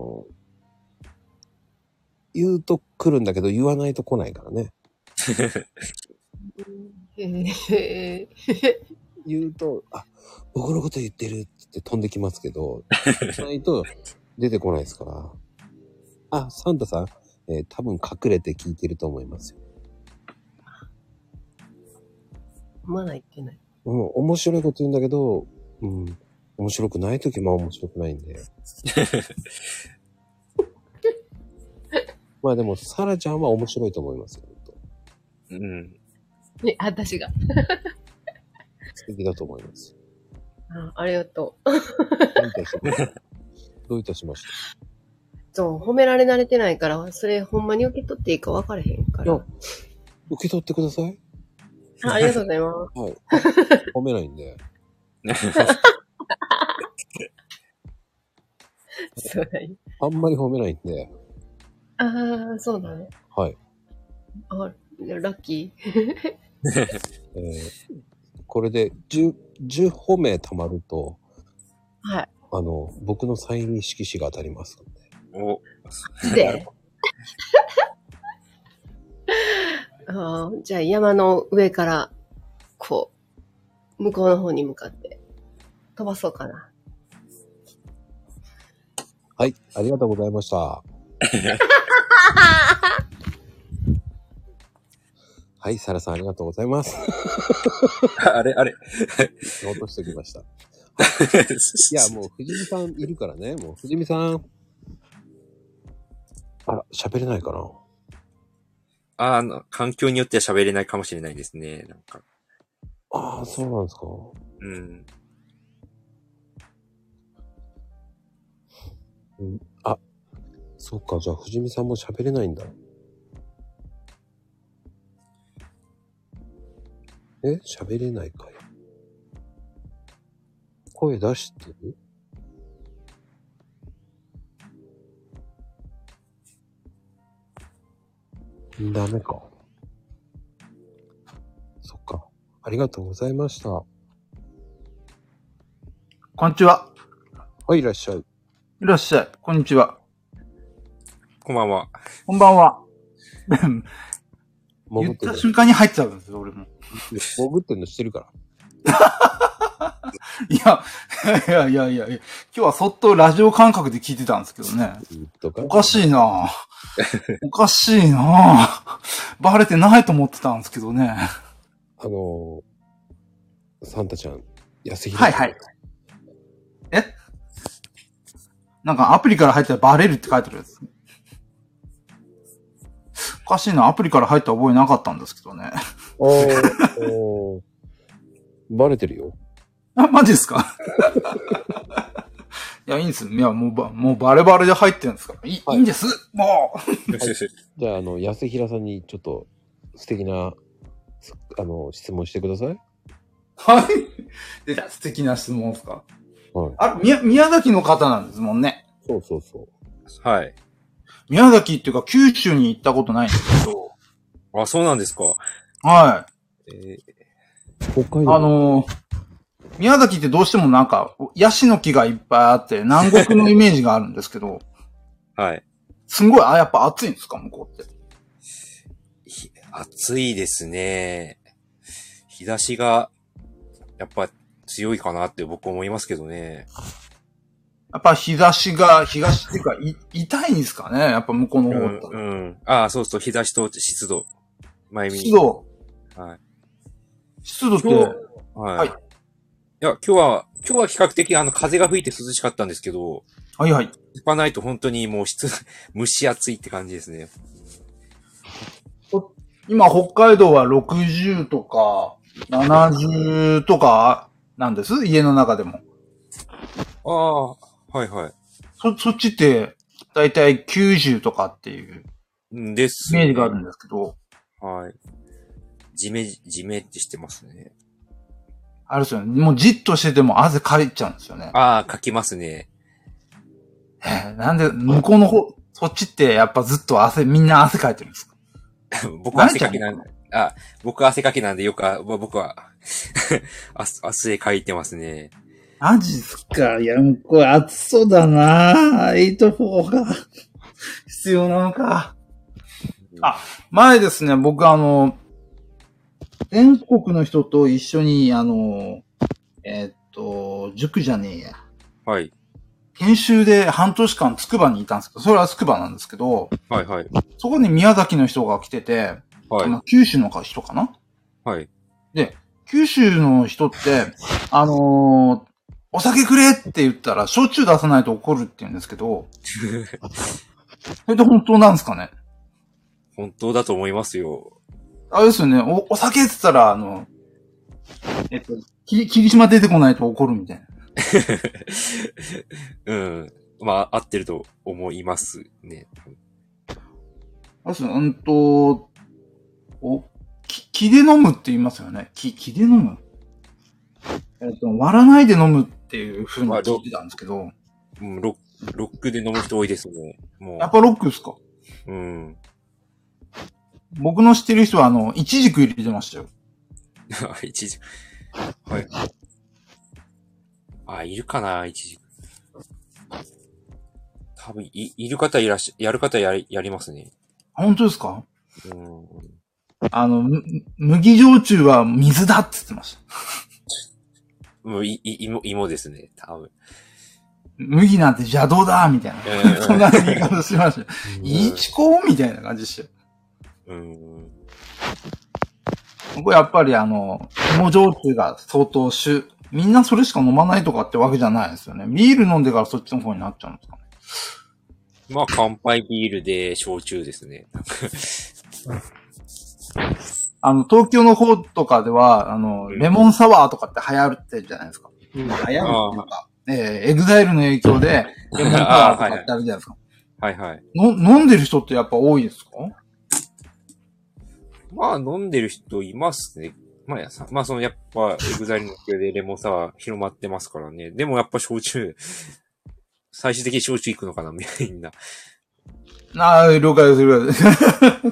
言うと来るんだけど、言わないと来ないからね。言うと、僕のこと言ってるって飛んできますけど、言わないと出てこないですから。サンタさん、多分隠れて聞いてると思いますよ。 まだ言ってない。 面白いこと言うんだけど、面白くないときも面白くないんで。まあでも、サラちゃんは面白いと思いますよ。 私が。 素敵だと思います。 ありがとう。 どういたしました。 そう、褒められ慣れてないから、それほんまに受け取っていいか分からへんから。 受け取ってください。 ありがとうございます。 はい。褒めないんで。 そうだね。 あんまり褒めないんで。 そうだね。 はい。 ラッキー。 これで10褒め貯まると、 はい。 僕のサイン色紙が当たりますので。でじゃあ山の上から、こう、向こうの方に向かって飛ばそうかな。 はい、ありがとうございました。はい、サラさんありがとうございます。 あれ落としておきました。いや、もう藤見さんいるからね。もう藤見さん。喋れないかな。 環境によっては喋れないかもしれないですね。なんか。 そうなんですか。そっか、じゃあ藤見さんも喋れないんだ。喋れないかよ。声出してる？ダメか。そっか。ありがとうございました。 こんにちは。 はい、いらっしゃい。 いらっしゃい。こんにちは。 こんばんは。 こんばんは。 言った瞬間に入っちゃうんですよ、俺も。 潜ってんのしてるから。 いや、今日はそっとラジオ感覚で聞いてたんですけどね。おかしいなおかしいなバレてないと思ってたんですけどね。サンタちゃん、安弘。 はいはい。 なんかアプリから入ったらバレるって書いてあるやつ。おかしいな、アプリから入った覚えなかったんですけどね。 バレてるよ。 あ、マジですか？いや、いいんです。いや、もうバレバレで入ってるんですから。いいんです。もう。 じゃあ、安平さんにちょっと素敵な、質問してください。 はい。出た、素敵な質問ですか？ はい。 宮崎の方なんですもんね。 そうそうそう。 はい。 宮崎っていうか九州に行ったことないんですけど。 あ、そうなんですか。 はい。 北海道。 宮崎ってどうしてもなんか、ヤシの木がいっぱいあって、南国のイメージがあるんですけど。 はい。 すんごい、やっぱ暑いんですか、向こうって。 暑いですね。日差しが、やっぱ強いかなって僕思いますけどね。 やっぱ日差しっていうか、痛いんですかね、やっぱ向こうの方って。 うん。ああ、そうそう、日差しと湿度。 湿度。 はい。 湿度って、 はい。いや、今日は比較的風が吹いて涼しかったんですけど。 はいはい。 行かないと本当にもう蒸し暑いって感じですね。 今、北海道は60とか、70とかなんです？家の中でも。 ああ、はいはい。 そっちって、だいたい90とかっていう、 です、 イメージがあるんですけど。 はい。じめってしてますね。 あれですよね。もうじっとしてても汗かいちゃうんですよね。 ああ、かきますね。 なんで、向こうの方、そっちってやっぱずっとみんな汗かいてるんですか？ 僕は汗かきなんで、僕は汗かきなんで僕は汗かいてますね。 マジっすか？いや、もうこれ暑そうだなぁ。8-4が必要なのか。前ですね、僕全国の人と一緒に、塾じゃねえや。 はい。 研修で半年間筑波にいたんですけど、それは筑波なんですけど、 はいはい。 そこに宮崎の人が来てて、 はい。 九州の人かな？ はい。 で、九州の人って、お酒くれって言ったら、焼酎出さないと怒るって言うんですけど、それで本当なんですかね？ 本当だと思いますよ。 あれですよね、お酒って言ったら、霧島出てこないと怒るみたいな。 うん。まあ、合ってると思いますね。 あれですよ、気で飲むって言いますよね。気で飲む？割らないで飲むっていう風に聞いてたんですけど。 うん、ロックで飲む人多いですね。もう。 やっぱロックですか？ うん。 僕の知ってる人はイチジク入れてましたよ。 イチジク。はい。いるかな、イチジク。多分、いる方やる方やりますね。 本当ですか？ うん。 麦焼酎は水だって言ってました。 もう、芋ですね、多分。 麦なんて邪道だみたいな。そんな言い方しました。いちこみたいな感じでしたよ。これやっぱり芋焼酎が相当みんなそれしか飲まないとかってわけじゃないですよね。ビール飲んでからそっちの方になっちゃうんですかね。 まあ、乾杯ビールで焼酎ですね。 東京の方とかでは、レモンサワーとかって流行ってるじゃないですか。流行るっていうか、エグザイルの影響で、レモンサワーとかってあるじゃないですか。 はいはい。 飲んでる人ってやっぱ多いですか？ まあ、飲んでる人いますね。まあ、やっぱ、エグザイルの影響でレモンサワー広まってますからね。でもやっぱ焼酎、最終的に焼酎行くのかな、みんな。 了解です、了解です。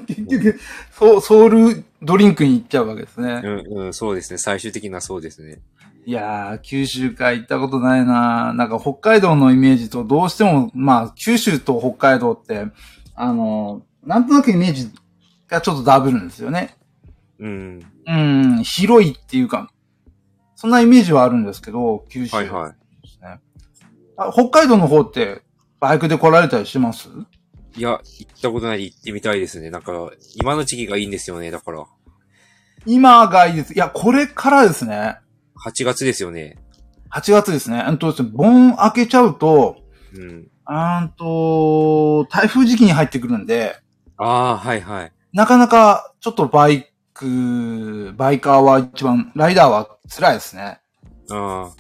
結局、ソウルドリンクに行っちゃうわけですね。 そうですね。最終的にはそうですね。 いやー、九州か行ったことないな。なんか北海道のイメージとどうしても、まあ、九州と北海道って、なんとなくイメージがちょっとダブるんですよね。広いっていうか、そんなイメージはあるんですけど、九州ですね。はいはい。北海道の方って、バイクで来られたりします？ いや、行ったことないで行ってみたいですね。なんか、今の時期がいいんですよね、だから。 今がいいです。いや、これからですね。 8月ですよね。 8月ですね。盆開けちゃうと、 台風時期に入ってくるんで。 ああ、はいはい。 なかなか、ちょっとバイカーは一番、ライダーは辛いですね。 あ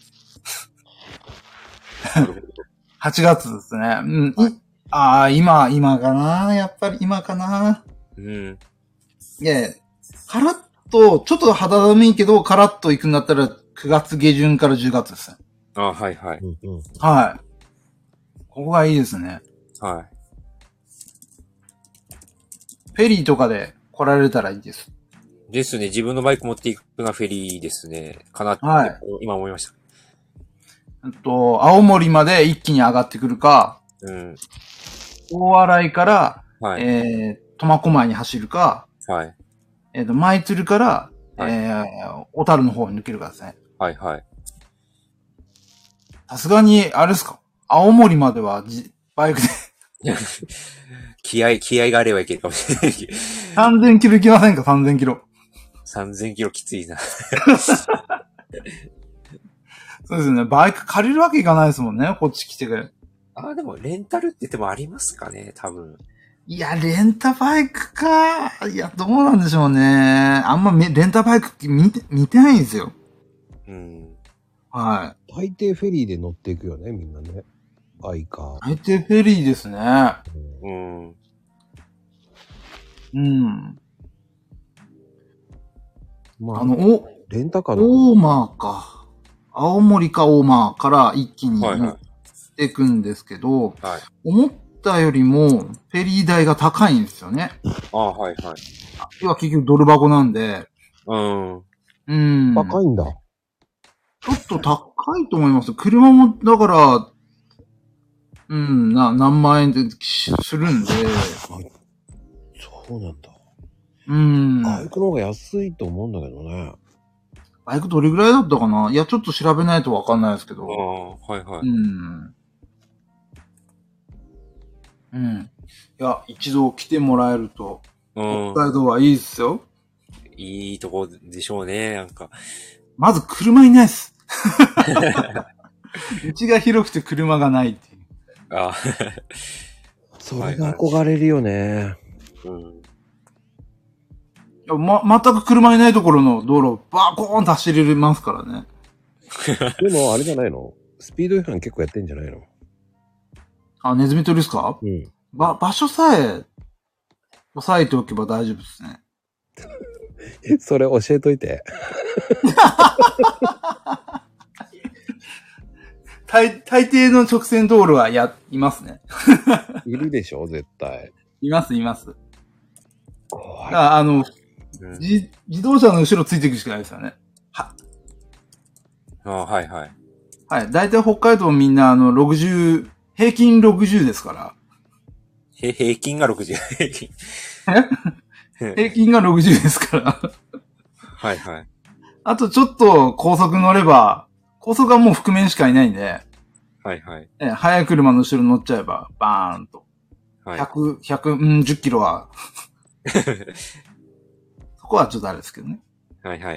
あ。8月ですね。うん。今かなやっぱり今かなうん。 いや、カラッと、ちょっと肌寒いけど、カラッと行くんだったら9月下旬から10月ですね。 はいはい。 はい。ここがいいですね。 はい。 フェリーとかで来られたらいいです。 ですね。自分のバイク持っていくのがフェリーですね。かなって、今思いました。 青森まで一気に上がってくるか、 うん。 大洗から、 はい。 苫小牧に走るか、 はい。 舞鶴から、 はい、 小樽の方に抜けるかですね。 はいはい。 さすがに、あれですか青森まではバイクで気合があればいけるかもしれない。 3000キロ行きませんか ?3000 キロ。 3000キロきついな。 そうですね。バイク借りるわけいかないですもんね。こっち来てくれ。 でもレンタルって言ってもありますかね多分。 いや、レンタバイクか。いや、どうなんでしょうね。あんまレンタバイク見てないんですよ。 うん。 はい。大抵フェリーで乗っていくよね、みんなね。バイカー。 大抵フェリーですね。 うん。 うん。 まあ、レンタカー大間か。青森か大間から一気に乗っていくんですけど、 はい、 思ったよりもフェリー代が高いんですよね。 はいはい。 要は結局ドル箱なんで。 うん。 高いんだ。 ちょっと高いと思います。車も、だから、何万円でするんで。 そうなんだ。バイクの方が安いと思うんだけどね。 バイクどれぐらいだったかな？いや、ちょっと調べないとわかんないですけど。 はいはい。 いや、一度来てもらえると、北海道はいいっすよ。 いいとこでしょうね、なんか。 まず車いないっす。道が広くて車がないっていう。 それが憧れるよね。 全く車いないところの道路、バーコーンと走れますからね。 でも、あれじゃないの？スピード違反結構やってんじゃないの？ ネズミ捕りですか？場所さえ、押さえておけば大丈夫ですね。 それ教えといて。 大抵の直線道路はいますね。 いるでしょ絶対。 います。怖い。自動車の後ろついていくしかないですよね。 はいはい。 はい。だいたい北海道みんな60、平均60ですから。 平均が60。 平均が60ですから。 はいはい。 あとちょっと高速乗れば、高速はもう覆面しかいないんで。 はいはい。 速い車の後ろ乗っちゃえば、バーンと。 はい、 10キロは。そこはちょっとあれですけどね。 はいはい。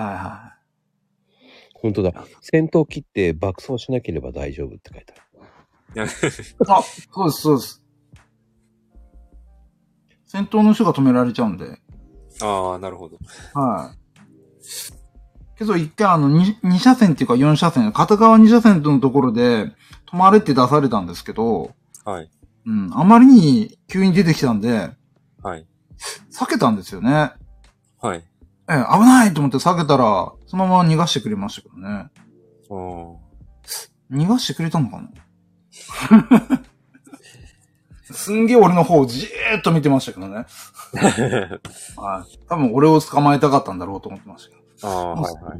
本当だ。先頭切って爆走しなければ大丈夫って書いてある。 そうです。先頭の人が止められちゃうんで。 なるほど。 はい。けど一回2車線っていうか4車線、片側2車線のところで止まれって出されたんですけど、 はい。 あまりに急に出てきたんで、 はい。 避けたんですよね。 はい。 危ないと思って避けたら、そのまま逃がしてくれましたけどね。逃がしてくれたのかなすんげえ俺の方をじーっと見てましたけどね。多分俺を捕まえたかったんだろうと思ってましたけど。 はいはい。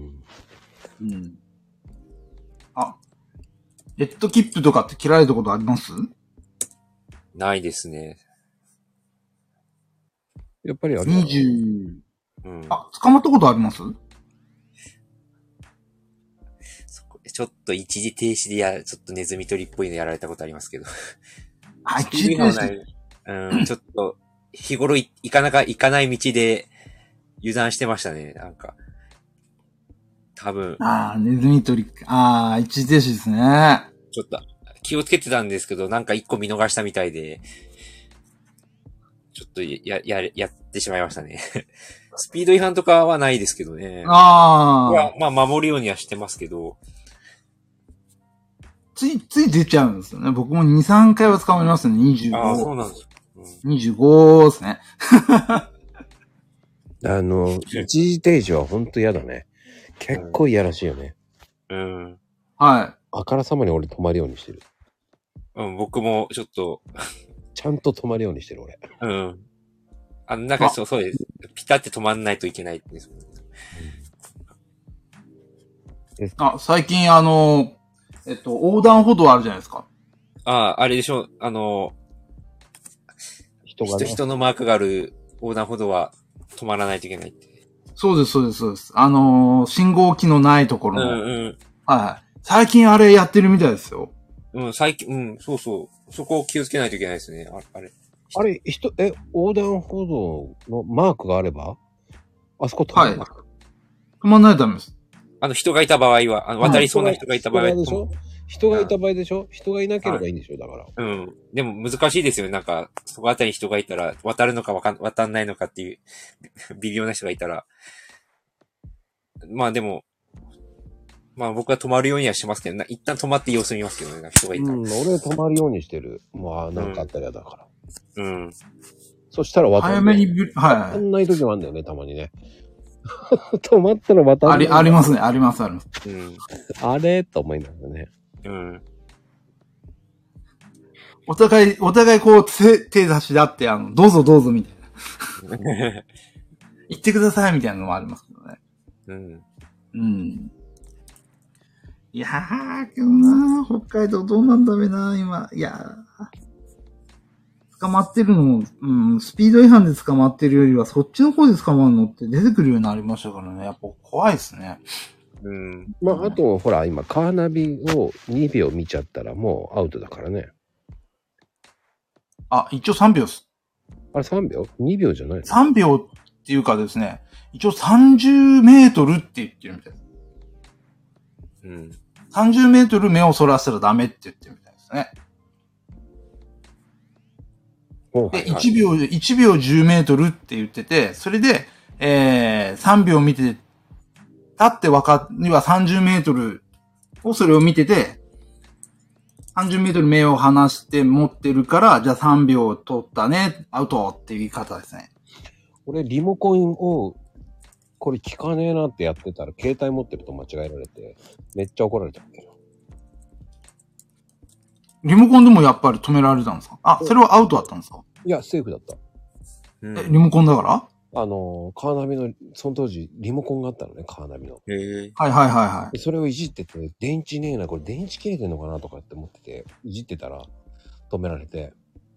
レッドキップとかって切られたことあります？ ないですね。 やっぱりある。 20。捕まったことあります？ ちょっと一時停止でちょっとネズミ捕りっぽいのやられたことありますけど。 一時停止。ちょっと、日頃行かない道で油断してましたね、なんか。多分。 ネズミ捕り。一時停止ですね。 ちょっと、 気をつけてたんですけど、なんか一個見逃したみたいで、ちょっとやってしまいましたね。スピード違反とかはないですけどね。 ああ。まあ、守るようにはしてますけど。 つい出ちゃうんですよね。僕も2、3回は捕まりますね。25。 ああ、そうなんです。 25ですね。 一時停止はほんと嫌だね。結構嫌らしいよね。 うん。 はい。 あからさまに俺止まるようにしてる。 うん、僕もちょっと。 ちゃんと止まるようにしてる俺。 うん。なんかそうです。ピタって止まんないといけないんです。 最近横断歩道あるじゃないですか。 あれでしょ、人のマークがある横断歩道は止まらないといけないって。 そうです。信号機のないところの。 うん。 はい。最近あれやってるみたいですよ。 うん、最近、うん、そう。そこを気をつけないといけないですね。あれ、 横断歩道のマークがあればあそこ止まる、はい、 止まんないとダメです。 人がいた場合は、渡りそうな人がいた場合は。 人がいた場合でしょ、人がいなければいいんでしょ、だから。 うん。でも難しいですよね。なんか、そこあたりに人がいたら、渡るのか渡んないのかっていう、微妙な人がいたら。まあでも、まあ僕は止まるようにはしますけど、一旦止まって様子見ますけどね、人がいたら。 俺止まるようにしてる。まあ、なんかあったら嫌だから。 うん。 そしたら早めに、はい。 渡んない時もあるんだよね、たまにね。止まったら渡んない。 ありますね、あります。 うん。 あれと思いながらね。 うん。 お互いこう、手差し合って、どうぞ、みたいな。行ってください、みたいなのもありますけどね。 うん。 うん。いやー、けどな、北海道どうなんだべな、今。いや捕まってるのも、スピード違反で捕まってるよりは、そっちの方で捕まるのって出てくるようになりましたからね。やっぱ怖いですね。 うん。 まあ、あと、ほら、今、カーナビを2秒見ちゃったらもうアウトだからね。 一応3秒です。 あれ3秒 ?2 秒じゃないの ?3 秒っていうかですね、一応30メートルって言ってるみたいです。 うん。 30メートル目をそらしたらダメって言ってるみたいですね。で、1秒10メートルって言ってて、それで、3秒見て、立ってには30メートルをそれを見てて、30メートル目を離して持ってるから、じゃあ3秒取ったね、アウトっていう言い方ですね。 俺、リモコンを、これ聞かねえなってやってたら、携帯持ってると間違えられて、めっちゃ怒られたけど。 リモコンでもやっぱり止められたんですか？それはアウトだったんですか？ いや、セーフだった。 リモコンだから？ カーナビの、その当時、リモコンがあったのね、カーナビの。 はい。 それをいじってて、電池ねえな、これ電池切れてんのかなとかって思ってて、いじってたら、止められて、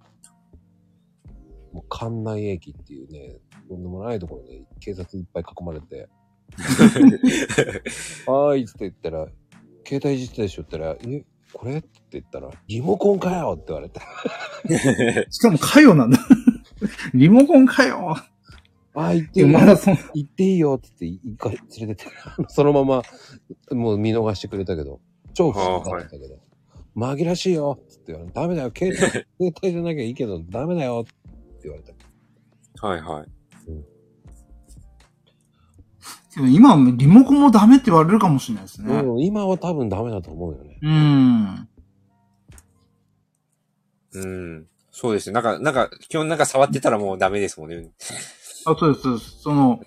もう関内駅っていうね、とんでもないところで警察いっぱい囲まれて、はーいって言ったら、携帯いじってたでしょって言ったら、これって言ったら、リモコンかよって言われて。 しかもかよなんだ。リモコンかよ。 行っていいよ。行っていいよって言って、一回連れてって、そのまま、もう見逃してくれたけど、超不思議だったけど、紛らしいよって言われて、ダメだよ、携帯じゃなきゃいいけど、ダメだよって言われた。 はいはい。 今はリモコンもダメって言われるかもしれないですね。 今は多分ダメだと思うよね。 そうですね。なんか、基本なんか触ってたらもうダメですもんね。 そうです。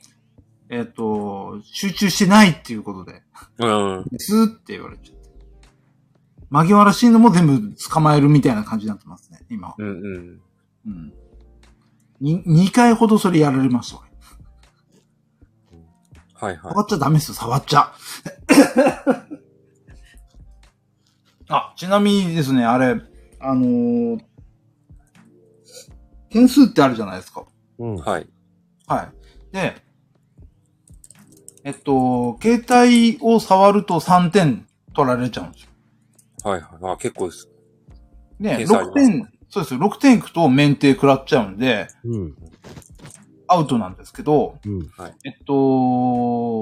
集中してないっていうことで。ですって言われちゃって。紛らわしいのも全部捕まえるみたいな感じになってますね、今。2回ほどそれやられました。 はいはい。 触っちゃダメですよ、触っちゃ。ちなみにですね、あれ、点数ってあるじゃないですか。 はい。 はい。で、携帯を触ると3点取られちゃうんですよ。 はいはい。結構です。 ね、6点、そうですよ。6点いくと免停食らっちゃうんで、アウトなんですけど、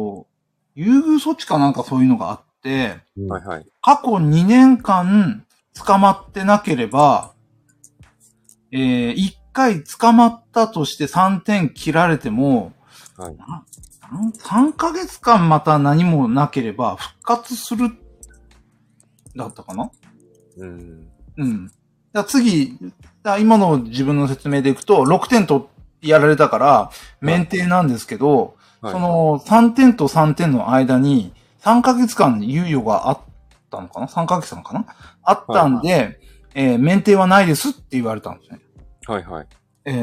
優遇措置かなんかそういうのがあって、過去2年間、 捕まってなければ、1回捕まったとして3点切られても、 はい、 3ヶ月間また何もなければ復活する、だったかな？うん。だ次、今の自分の説明でいくと、6点とやられたから、免停なんですけど、はい、その3点と3点の間に、3ヶ月間猶予があったのかな？ 3 ヶ月間かな？あったんで、免停はないですって言われたんですね。 はいはい。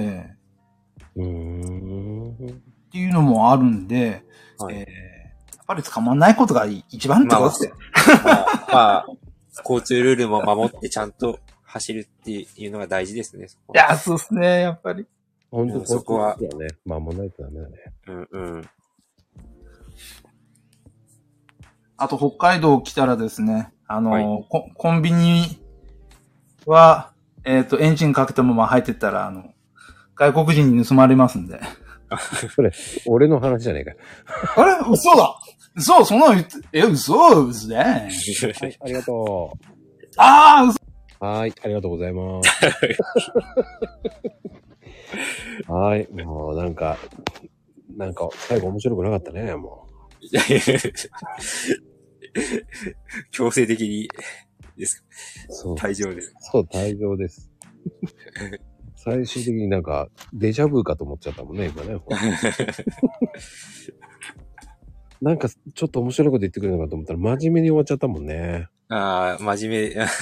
っていうのもあるんで、はい、やっぱり捕まんないことが一番ってことですよ。 まあ、交通ルールも守ってちゃんと走るっていうのが大事ですね。 いや、そうですね、やっぱり。 本当そこは。ね、守らないとダメだね。 うん。 あと、北海道来たらですね、はい、コンビニは、エンジンかけたまま入ってったら、外国人に盗まれますんで。 それ、俺の話じゃねえか。 あれ嘘だ嘘そんなの言って、嘘ですね。はい、 ありがとう。 嘘はい、ありがとうございます。はい、もうなんか、最後面白くなかったね、もう。 強制的にですか？ そう。 退場です。 そう、退場です。最終的になんか、デジャブかと思っちゃったもんね、今ね。なんか、ちょっと面白いこと言ってくれるのかと思ったら、真面目に終わっちゃったもんね。 ああ、真面目。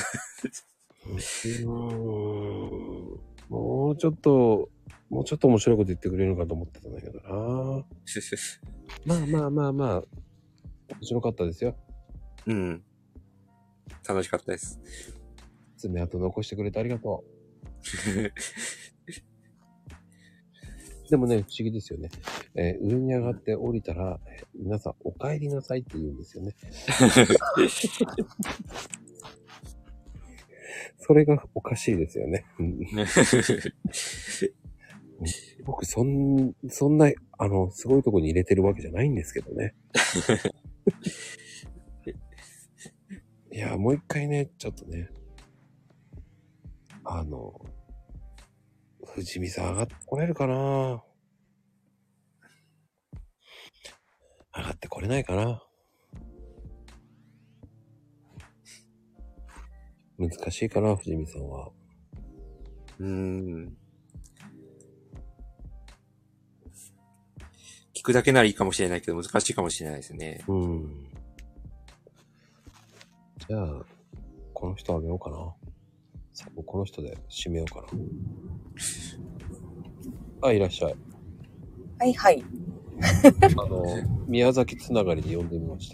もうちょっと面白いこと言ってくれるのかと思ってたんだけどな。まあ、面白かったですよ。 うん。楽しかったです。 爪痕残してくれてありがとう。でもね、不思議ですよね。上に上がって降りたら、皆さんお帰りなさいって言うんですよね。それがおかしいですよね。僕そんな、すごいとこに入れてるわけじゃないんですけどね。いや、もう一回ね、ちょっとね、藤見さん上がってこれるかな？上がってこれないかな？難しいかな、藤見さんは。 聞くだけならいいかもしれないけど難しいかもしれないですね。 じゃあ、この人あげようかな。この人で締めようかな。あ、いらっしゃい。 はいはい。 宮崎つながりで呼んでみました。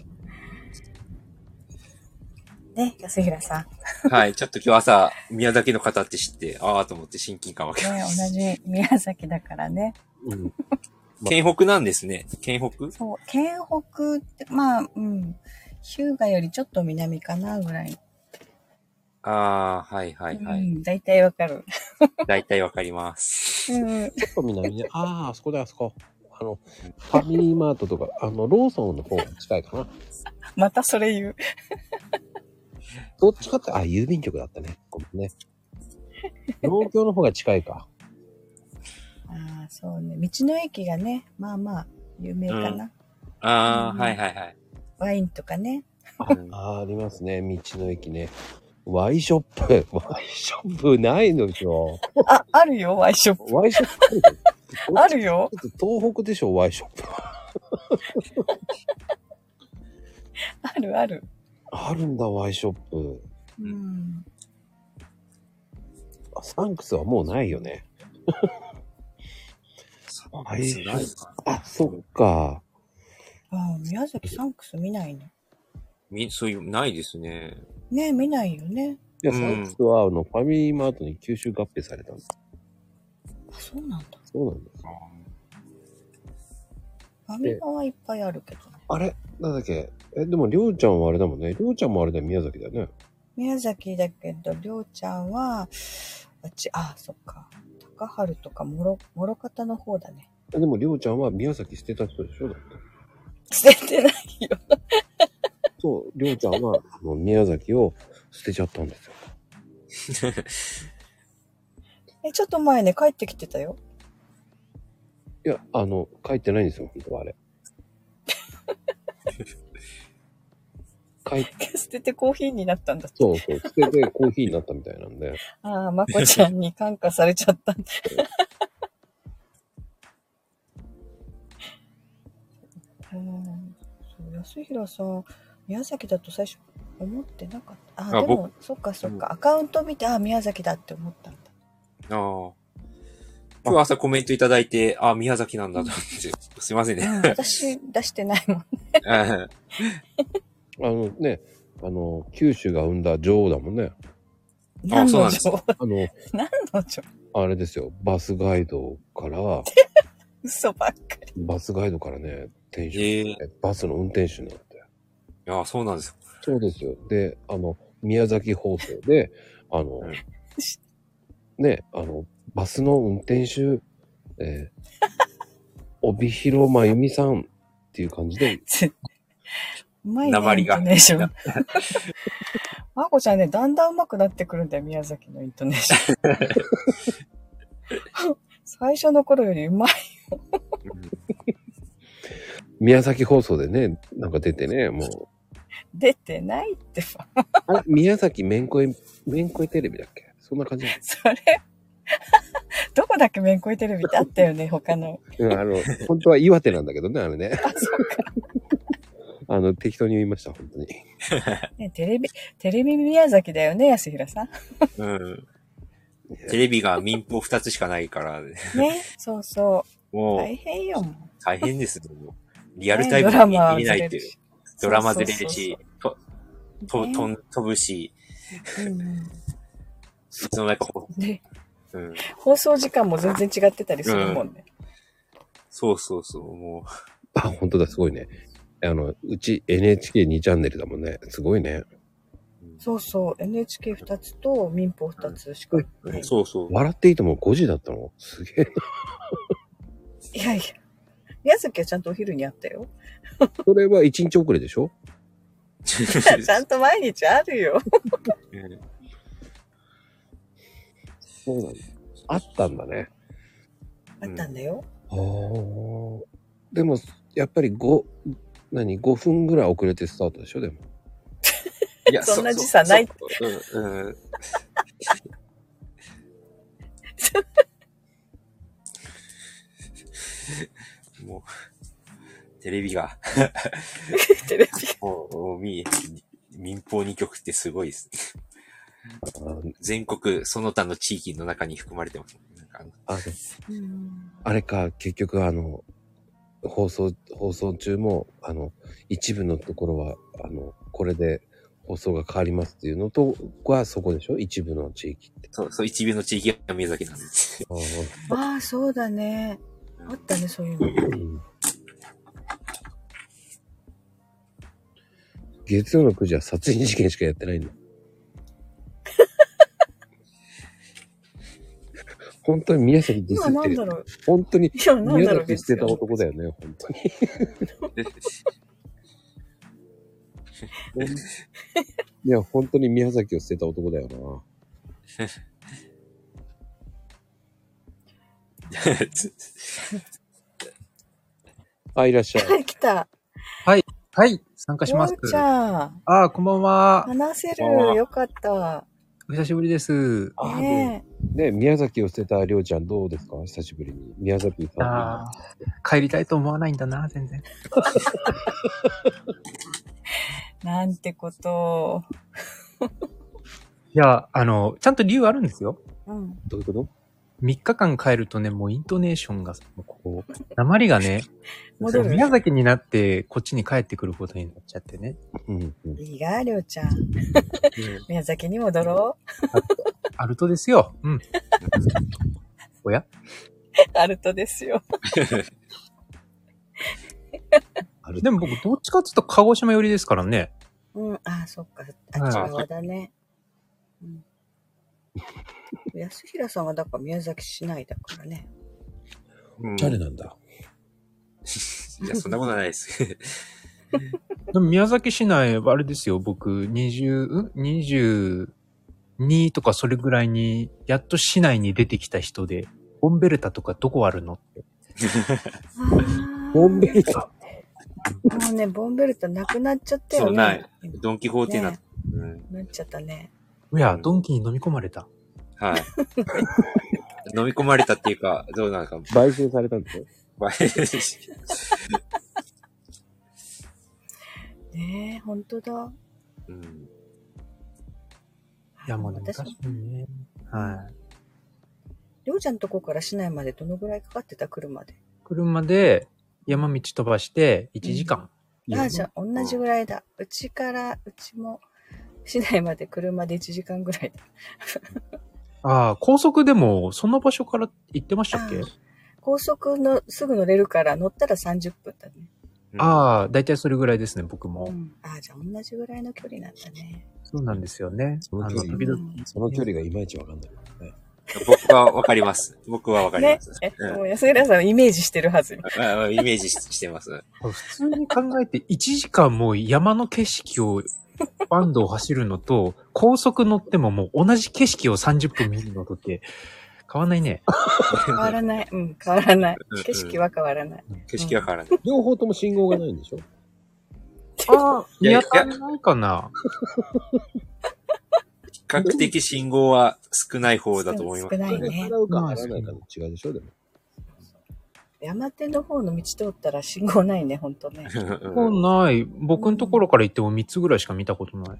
ね、安平さん。はい、ちょっと今日朝、宮崎の方って知って、ああと思って親近感湧きました。ね、同じ宮崎だからね。 県北なんですね。県北？ そう、県北って、まあ、日向よりちょっと南かなぐらい。 ああ、はいはいはい。 大体わかる。 大体わかります。 ちょっと南ね。あそこだ、あそこ。ファミリーマートとか、ローソンの方が近いかな。 またそれ言う。 どっちかって、郵便局だったね。ごめんね。農協の方が近いか。 そうね。道の駅がね、まあまあ、有名かな。 はいはいはい。 ワインとかね。 ありますね。道の駅ね。ワイショップ。ワイショップないのでしょ。 あるよ、ワイショップ。 ワイショップあるよ。 東北でしょ、ワイショップ。 あるある。 あるんだ、ワイショップ。サンクスはもうないよね。 サンクスないか。 そっか。 宮崎サンクス見ないね。 そういう、ないですね。 ね、見ないよね。 いや、サンクスは、ファミリーマートに吸収合併されたんです。 そうなんだ。 そうなんです。 ファミマはいっぱいあるけどね。 あれなんだっけでも、りょうちゃんはあれだもんね。りょうちゃんもあれだよ、宮崎だよね。 宮崎だけど、りょうちゃんは、そっか。高春とか諸方の方だね。 でも、りょうちゃんは宮崎捨てた人でしょだって。 捨ててないよ。 そう、りょうちゃんは、宮崎を捨てちゃったんですよ。 ちょっと前ね、帰ってきてたよ。 いや、帰ってないんですよ、本当はあれ。 捨ててコーヒーになったんだって。 そうそう、捨ててコーヒーになったみたいなんで。 ああ、まこちゃんに感化されちゃったんだ。そう安平さん、宮崎だと最初思ってなかった。でも、そっかそっか、アカウント見て、宮崎だって思ったんだ。 今日朝コメントいただいて、宮崎なんだと思って、すいませんね。 私出してないもんね。 九州が生んだ女王だもんね。 何の女王？何の女王？あれですよ、バスガイドから、 嘘ばっかり。 バスガイドからね、バスの運転手になって。 いや、そうなんですよ。 そうですよ。で、宮崎放送で、ね、バスの運転手、帯広真由美さんっていう感じで。 うまいね、イントネーション。まこちゃんね、だんだん上手くなってくるんだよ、宮崎のイントネーション。最初の頃よりうまいよ。 宮崎放送でね、なんか出てね、もう。 出てないってば。 宮崎めんこいテレビだっけ？そんな感じ。 それ、どこだっけめんこいテレビってあったよね、他の。 本当は岩手なんだけどね、あれね。 そうか。適当に言いました、本当に。 ね、テレビ宮崎だよね、安平さん。 テレビが民放2つしかないからね。 そうそう。 もう。 大変よ。 大変ですよ。リアルタイムで見れないっていう。ドラマずれるし、飛ぶし。いつの間にか放送時間も全然違ってたりするもんね。 そうそうそう、もう。本当だ、すごいね。うち NHK2 チャンネルだもんね。すごいね。 そうそう。NHK2 つと民放2つしかない。 そうそう。 笑っていいとも5時だったの？すげえな。 いやいや。宮崎はちゃんとお昼にあったよ。 それは1日遅れでしょ？ ちゃんと毎日あるよ。 そうなんだ。あったんだね。 あったんだよ。 でも、やっぱり5分ぐらい遅れてスタートでしょ、でも。 いや、そんな時差ない。 もう、テレビが。もう民放2局ってすごいですね。全国その他の地域の中に含まれてます。 あれか、結局放送中も、一部のところは、これで放送が変わりますっていうのとはそこでしょ？一部の地域って。 そう、一部の地域が宮崎なんです。 そうだね。あったね、そういうの。 月曜の9時は殺人事件しかやってないんだ。本当に宮崎ディスってる。本当に宮崎捨てた男だよね、本当に。いや、本当に宮崎を捨てた男だよな。いらっしゃい。 来た。 はい、参加します。 じゃあ。 こんばんは。 話せる。よかった。 お久しぶりです。 ね、宮崎を捨てたりょうちゃんどうですか？久しぶりに。宮崎さん。 帰りたいと思わないんだな、全然。 なんてことを。 いや、ちゃんと理由あるんですよ。 どういうこと？ 3日間帰るとね、もうイントネーションが、訛りがね、宮崎になってこっちに帰ってくることになっちゃってね。 いいが、りょうちゃん。宮崎に戻ろう。 アルトですよ。おや？ アルトですよ。 でも僕、どっちかっていうと鹿児島寄りですからね。 そっか。あっち側だね。安平さんはだから宮崎市内だからね。 チャレなんだ。 いや、そんなことないです。 でも宮崎市内はあれですよ、僕、20 2とかそれぐらいに、やっと市内に出てきた人で、ボンベルタとかどこあるのって。 ボンベルタもうね、ボンベルタなくなっちゃったよね。 そうない。ドンキホーテな、 ねなっちゃったね。 いや、ドンキに飲み込まれた。 はい。飲み込まれたっていうか、どうなのか。 買収されたんですよ。 ねえ、ほんとだ。 うん。 いや、もうね、昔ね。はい。 りょうちゃんのとこから市内までどのぐらいかかってた？車で。 車で山道飛ばして1時間。 ああ、じゃあ同じぐらいだ。うちも市内まで車で1時間ぐらいだ。 ああ、高速でもその場所から行ってましたっけ？ 高速のすぐ乗れるから乗ったら30分だね。 ああ、だいたいそれぐらいですね、僕も。 ああ、じゃあ同じぐらいの距離なんだね。 そうなんですよね。 その距離がいまいちわかんないからね。 僕はわかります。僕はわかります。 ね、もう安浦さんイメージしてるはず。 イメージしてます。 普通に考えて1時間も山の景色をバンドを走るのと、高速乗ってももう同じ景色を30分見るのとって変わらないね。 変わらない。うん、変わらない。景色は変わらない。 景色は変わらない。 両方とも信号がないんでしょ？ ああ、見当たらないかな。 比較的信号は少ない方だと思います。 少ないね。 払うか払わないかの違いでしょ、でも。 山手の方の道通ったら信号ないね、ほんとね。 もうない。僕のところから行っても3つぐらいしか見たことない。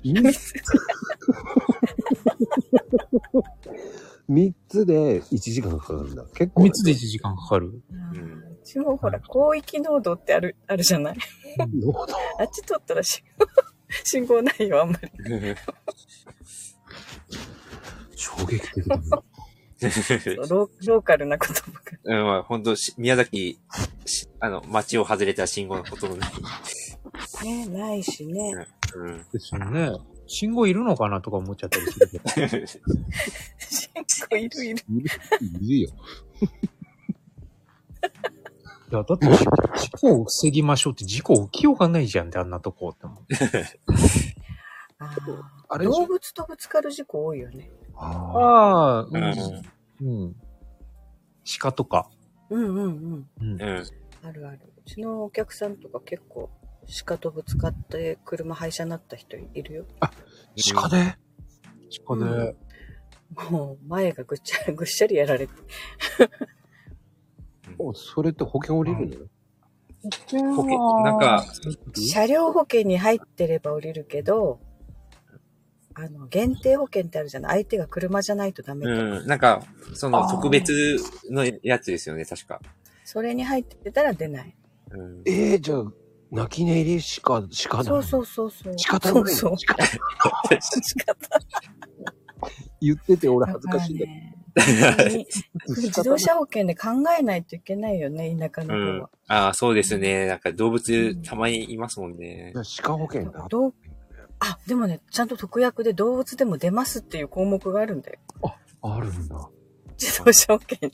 3つで1時間かかるんだ。結構。 3つで1時間かかる。 うちもほら、広域濃度ってあるじゃない？あっち通ったら信号ないよ、あんまり。 衝撃的だね。 ローカルな言葉が。 まあ、本当宮崎、街を外れた信号のことのない。 ね、ないしね。 ですよね。信号いるのかなとか思っちゃったりするけど。 信号いる。 いるよ。 いや、だって事故を防ぎましょうって事故起きようがないじゃんってあんなとこって思う。 あれ動物とぶつかる事故多いよね。 ああ、鹿とか。 あるある。うちのお客さんとか結構鹿とぶつかって車廃車になった人いるよ。 あ、鹿でもう前がぐっしゃりやられて。 それって保険降りるの？ なんか、 車両保険に入ってれば降りるけど、限定保険ってあるじゃない？相手が車じゃないとダメとか。 なんか、その特別のやつですよね、確か。 それに入ってたら出ない。 じゃあ、泣き寝入りしかない。 そう。 仕方ない。 仕方ない。 言ってて俺恥ずかしいんだけど。 自動車保険で考えないといけないよね、田舎の方は。 ああ、そうですね。なんか動物たまにいますもんね。 鹿保険だ。 でもね、ちゃんと特約で動物でも出ますっていう項目があるんだよ。 あるんだ。 自動車保険に。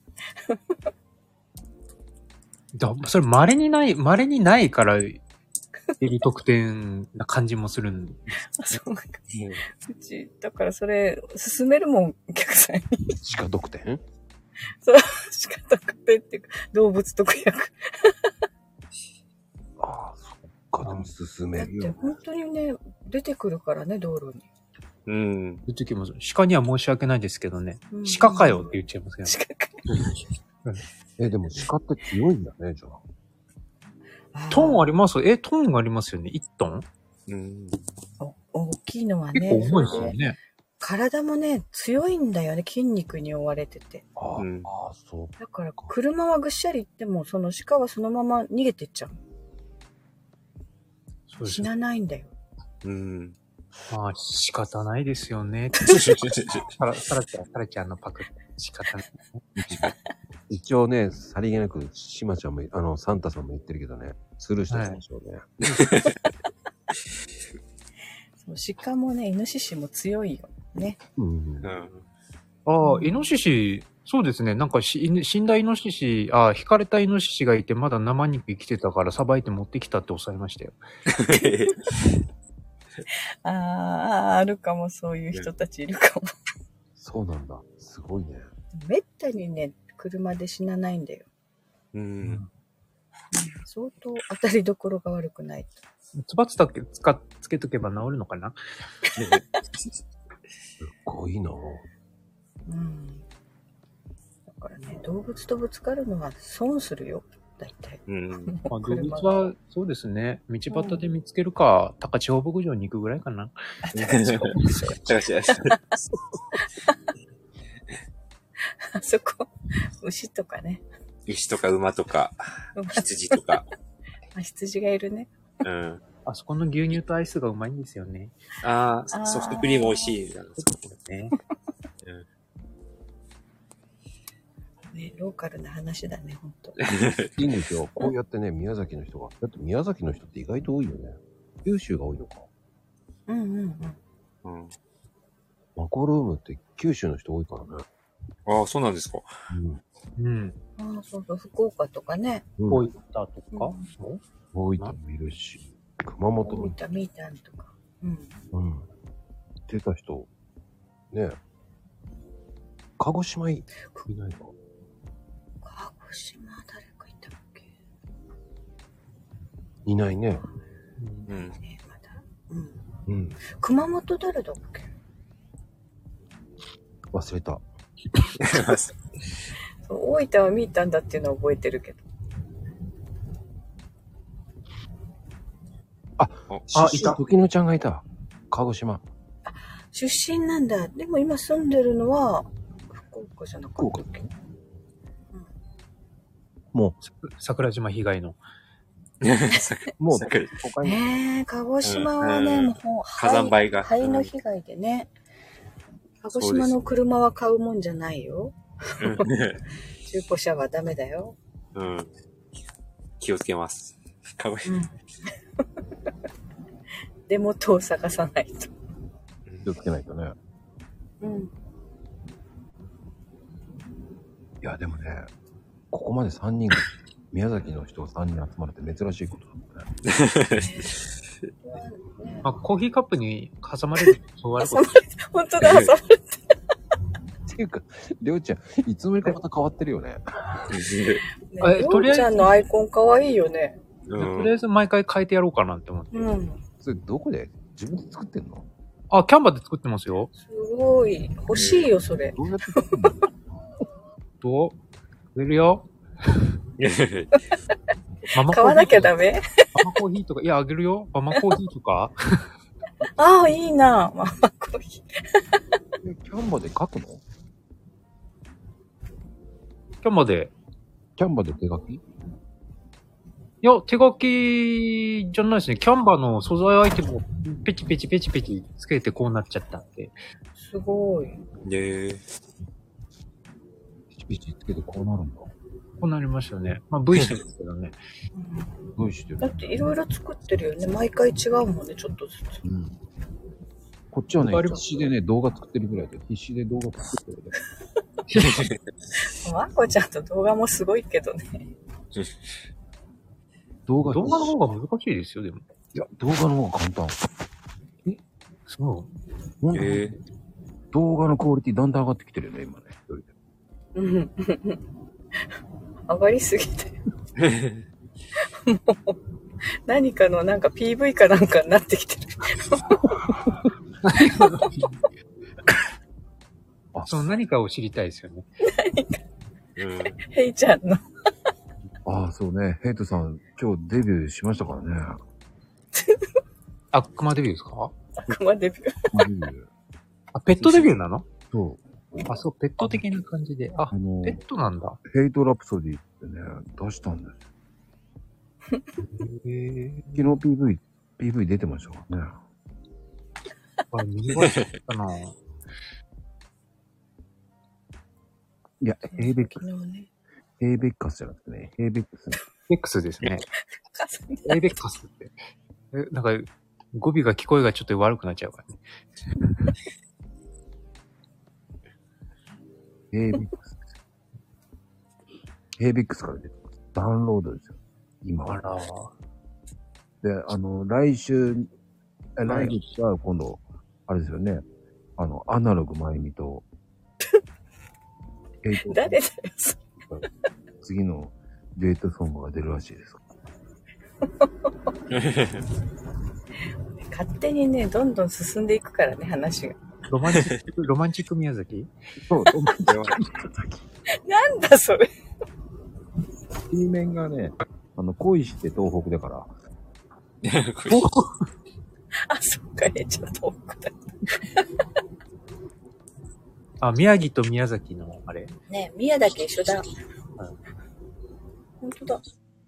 それ稀にないから、出る特典な感じもするんです。 そうか。うち、だからそれ、勧めるもん、お客さんに。 鹿特典？ そう、鹿特典っていうか、動物特約。 そっか、でも勧めるよ。 だって本当にね、出てくるからね、道路に。 出てきます。鹿には申し訳ないですけどね。鹿かよって言っちゃいますけど。 鹿かよ。でも鹿って強いんだね、じゃあ。 トンあります？トンがありますよね。1トン？ 大きいのはね。 結構重いですよね。 体もね、強いんだよね。筋肉に追われてて。 そう。 だから、車はぐっしゃり行っても、その鹿はそのまま逃げてっちゃう。死なないんだよ。 まあ、仕方ないですよね。サラちゃんのパク仕方ない。 一応ね、さりげなく、しまちゃんも、サンタさんも言ってるけどね、スルーしてたでしょうね。 鹿もね、イノシシも強いよ。ね。 イノシシ、そうですね。なんか死んだイノシシ、引かれたイノシシがいて、まだ生肉生きてたから、さばいて持ってきたっておっしゃいましたよ。 あるかも、そういう人たちいるかも。 そうなんだ。すごいね。 めったにね、車で死なないんだよ。相当当たりどころが悪くないと。 つばつけとけば治るのかなすごいな。 だからね、動物とぶつかるのは損するよ、大体。 動物は、そうですね。道端で見つけるか、高千穂牧場に行くぐらいかな。 あそこ、牛とかね。 牛とか馬とか、羊とか。 羊がいるね。 あそこの牛乳とアイスがうまいんですよね。 ソフトクリーム美味しいなんですね。 ね、ローカルな話だね、ほんと。 いいんですよ。こうやってね、宮崎の人が。だって宮崎の人って意外と多いよね。九州が多いのか。マコルームって九州の人多いからね。 ああ、そうなんですか。 そうそう、福岡とかね。 大分とか、 大分もいるし、熊本も。 大分、みーたんとか。 出た人、ね。鹿児島いないか。 鹿児島誰かいたっけ？ いないね。 熊本誰だっけ？ 忘れた。 大分はみーたんだっていうのは覚えてるけど。 いた。時野ちゃんがいた。鹿児島。 出身なんだ。でも今住んでるのは、福岡じゃなかったっけ？ もう、 桜島被害の。 もう、 鹿児島はね、もう、 火山灰が。 灰の被害でね。鹿児島の車は買うもんじゃないよ。中古車はダメだよ。 気をつけます。鹿児島。 出元を探さないと。 気をつけないとね。いや、でもね、ここまで3人が、宮崎の人が3人集まるって珍しいことだもんね。 コーヒーカップに挟まれると悪いこと。 本当だ、挟まれて。 っていうか、りょうちゃん、いつの間にかまた変わってるよね。 りょうちゃんのアイコンかわいいよね。 とりあえず毎回変えてやろうかなって思って。 それどこで自分で作ってんの？ キャンバーで作ってますよ。 すごい。欲しいよ、それ。 どうやって作ってんの？ どう？売れるよ。 買わなきゃダメ？ ママコーヒーとか、いや、あげるよ。ママコーヒーとか。 いいな、ママコーヒー。キャンバーで書くの？ キャンバーで手書き？ いや、手書きじゃないですね。キャンバーの素材アイテムをペチペチペチペチつけてこうなっちゃったって。 すごい。 ペチペチつけてこうなるんだ。 こうなりましたね。V してるんですけどね。 V してる。 だっていろいろ作ってるよね。毎回違うもんね、ちょっとずつ。 こっちはね、必死でね、動画作ってるぐらいで、必死で動画作ってるぐらいで。 まこちゃんと動画もすごいけどね。 動画の方が難しいですよ、でも。 いや、動画の方が簡単。 そう。 動画のクオリティだんだん上がってきてるよね、今ね。 上がりすぎて。もう、何かのなんか PV かなんかになってきてる。 その何かを知りたいですよね。 ヘイちゃんの。 そうね。ヘイトさん、今日デビューしましたからね。 熊デビューですか？ 熊デビュー。 ペットデビューなの？ そう。 そう、ペット的な感じで。ペットなんだ。 ヘイトラプソディってね、出したんですよ。昨日 PV 出てましたからね。 見逃しちゃったな。 いや、ヘイベッカスじゃなくてね、ヘイベックスね。 ベックスですね。ヘイベッカスって。なんか、語尾が聞こえがちょっと悪くなっちゃうからね。 ヘイベックスですよ。ヘイベックスから出てます。ダウンロードですよ。今は。で、来週来月は今度、あれですよね。アナログまゆみと、 誰だよ、 次のデートソングが出るらしいです。 勝手にね、どんどん進んでいくからね、話が。 ロマンチック宮崎？ そう、ロマンチック宮崎。なんだそれ。 T 面がね、恋して東北だから。 あ、そっかね、ちょっと東北だ。 あ、宮城と宮崎のあれね、宮だけ一緒だ。本当だ。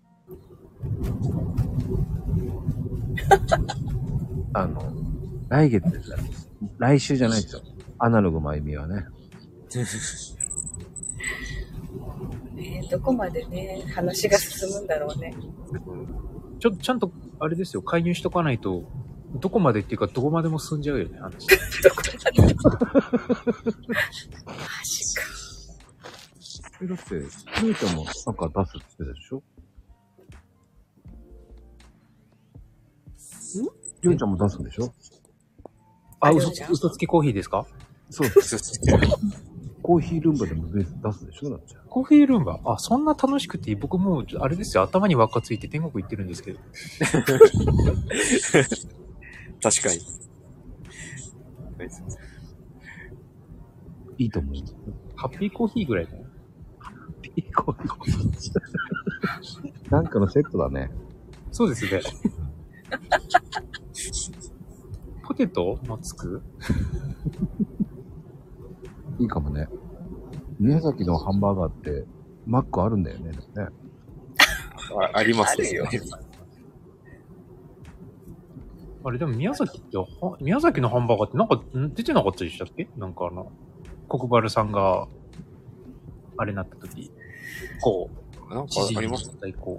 来月ですね。来週じゃないですよ。アナログまゆみはね。 どこまでね、話が進むんだろうね。 ちゃんと、あれですよ、介入しとかないと、どこまでっていうか、どこまでも進んじゃうよね、話。 どこまでマジか。 だって、ゆうちゃんもなんか出すって言ってたでしょ？ゆうちゃんも出すんでしょ？ あ、嘘つきコーヒーですか？ そうです。コーヒールンバでも出すでしょ？だって。 コーヒールンバ？あ、そんな楽しくて、僕もう、あれですよ、頭に輪っかついて天国行ってるんですけど。 確かに。 いいと思う。 ハッピーコーヒーぐらいだよ。 ハッピーコーヒー。なんかのセットだね。 そうですね。ポテトもつく？ いいかもね。宮崎のハンバーガーって、マックあるんだよね。 ありますよ。 あれでも宮崎のハンバーガーってなんか出てなかったでしたっけ？なんか国原さんが、あれなった時、こう。なんかあります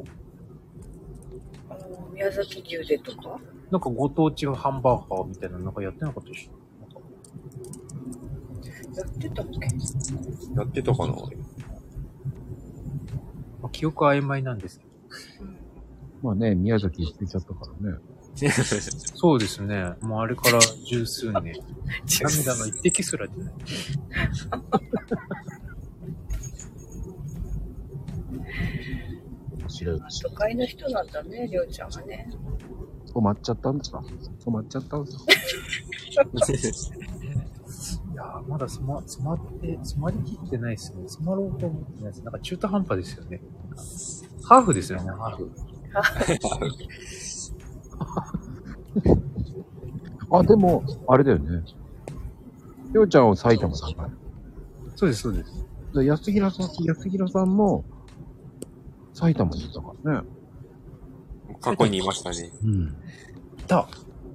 宮崎牛でとかなんかご当地ハンバーガーみたいなのなんかやってなかったでしょ？ やってたっけ？ やってたかな？ 記憶曖昧なんですけど。 まあね、宮崎捨てちゃったからね。 そうですね。もうあれから十数年。涙の一滴すら出ない。 面白い。 都会の人なんだね、りょうちゃんはね。 染まっちゃったんですか？染まっちゃったんですか？ いやー、まだ染まりきってないですね。染まろうと思ってないです。なんか中途半端ですよね。ハーフですよね、ハーフ。 あ、でも、あれだよね。りょうちゃんは埼玉だから。 そうです、そうです。 安平さんも、埼玉にいたからね。 過去にいましたね。 うん。 いた。 はい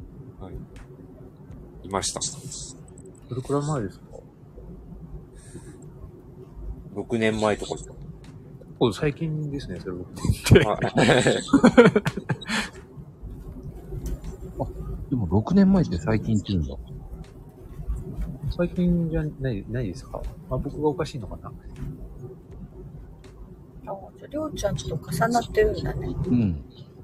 。いました。 どれくらい前ですか ？6年前とかですか？ 最近ですね、それ僕。 あ、でも6年前って最近って言うんだ。 最近じゃないですか？僕がおかしいのかな？ じゃありょうちゃんと重なってるんだね。 うん。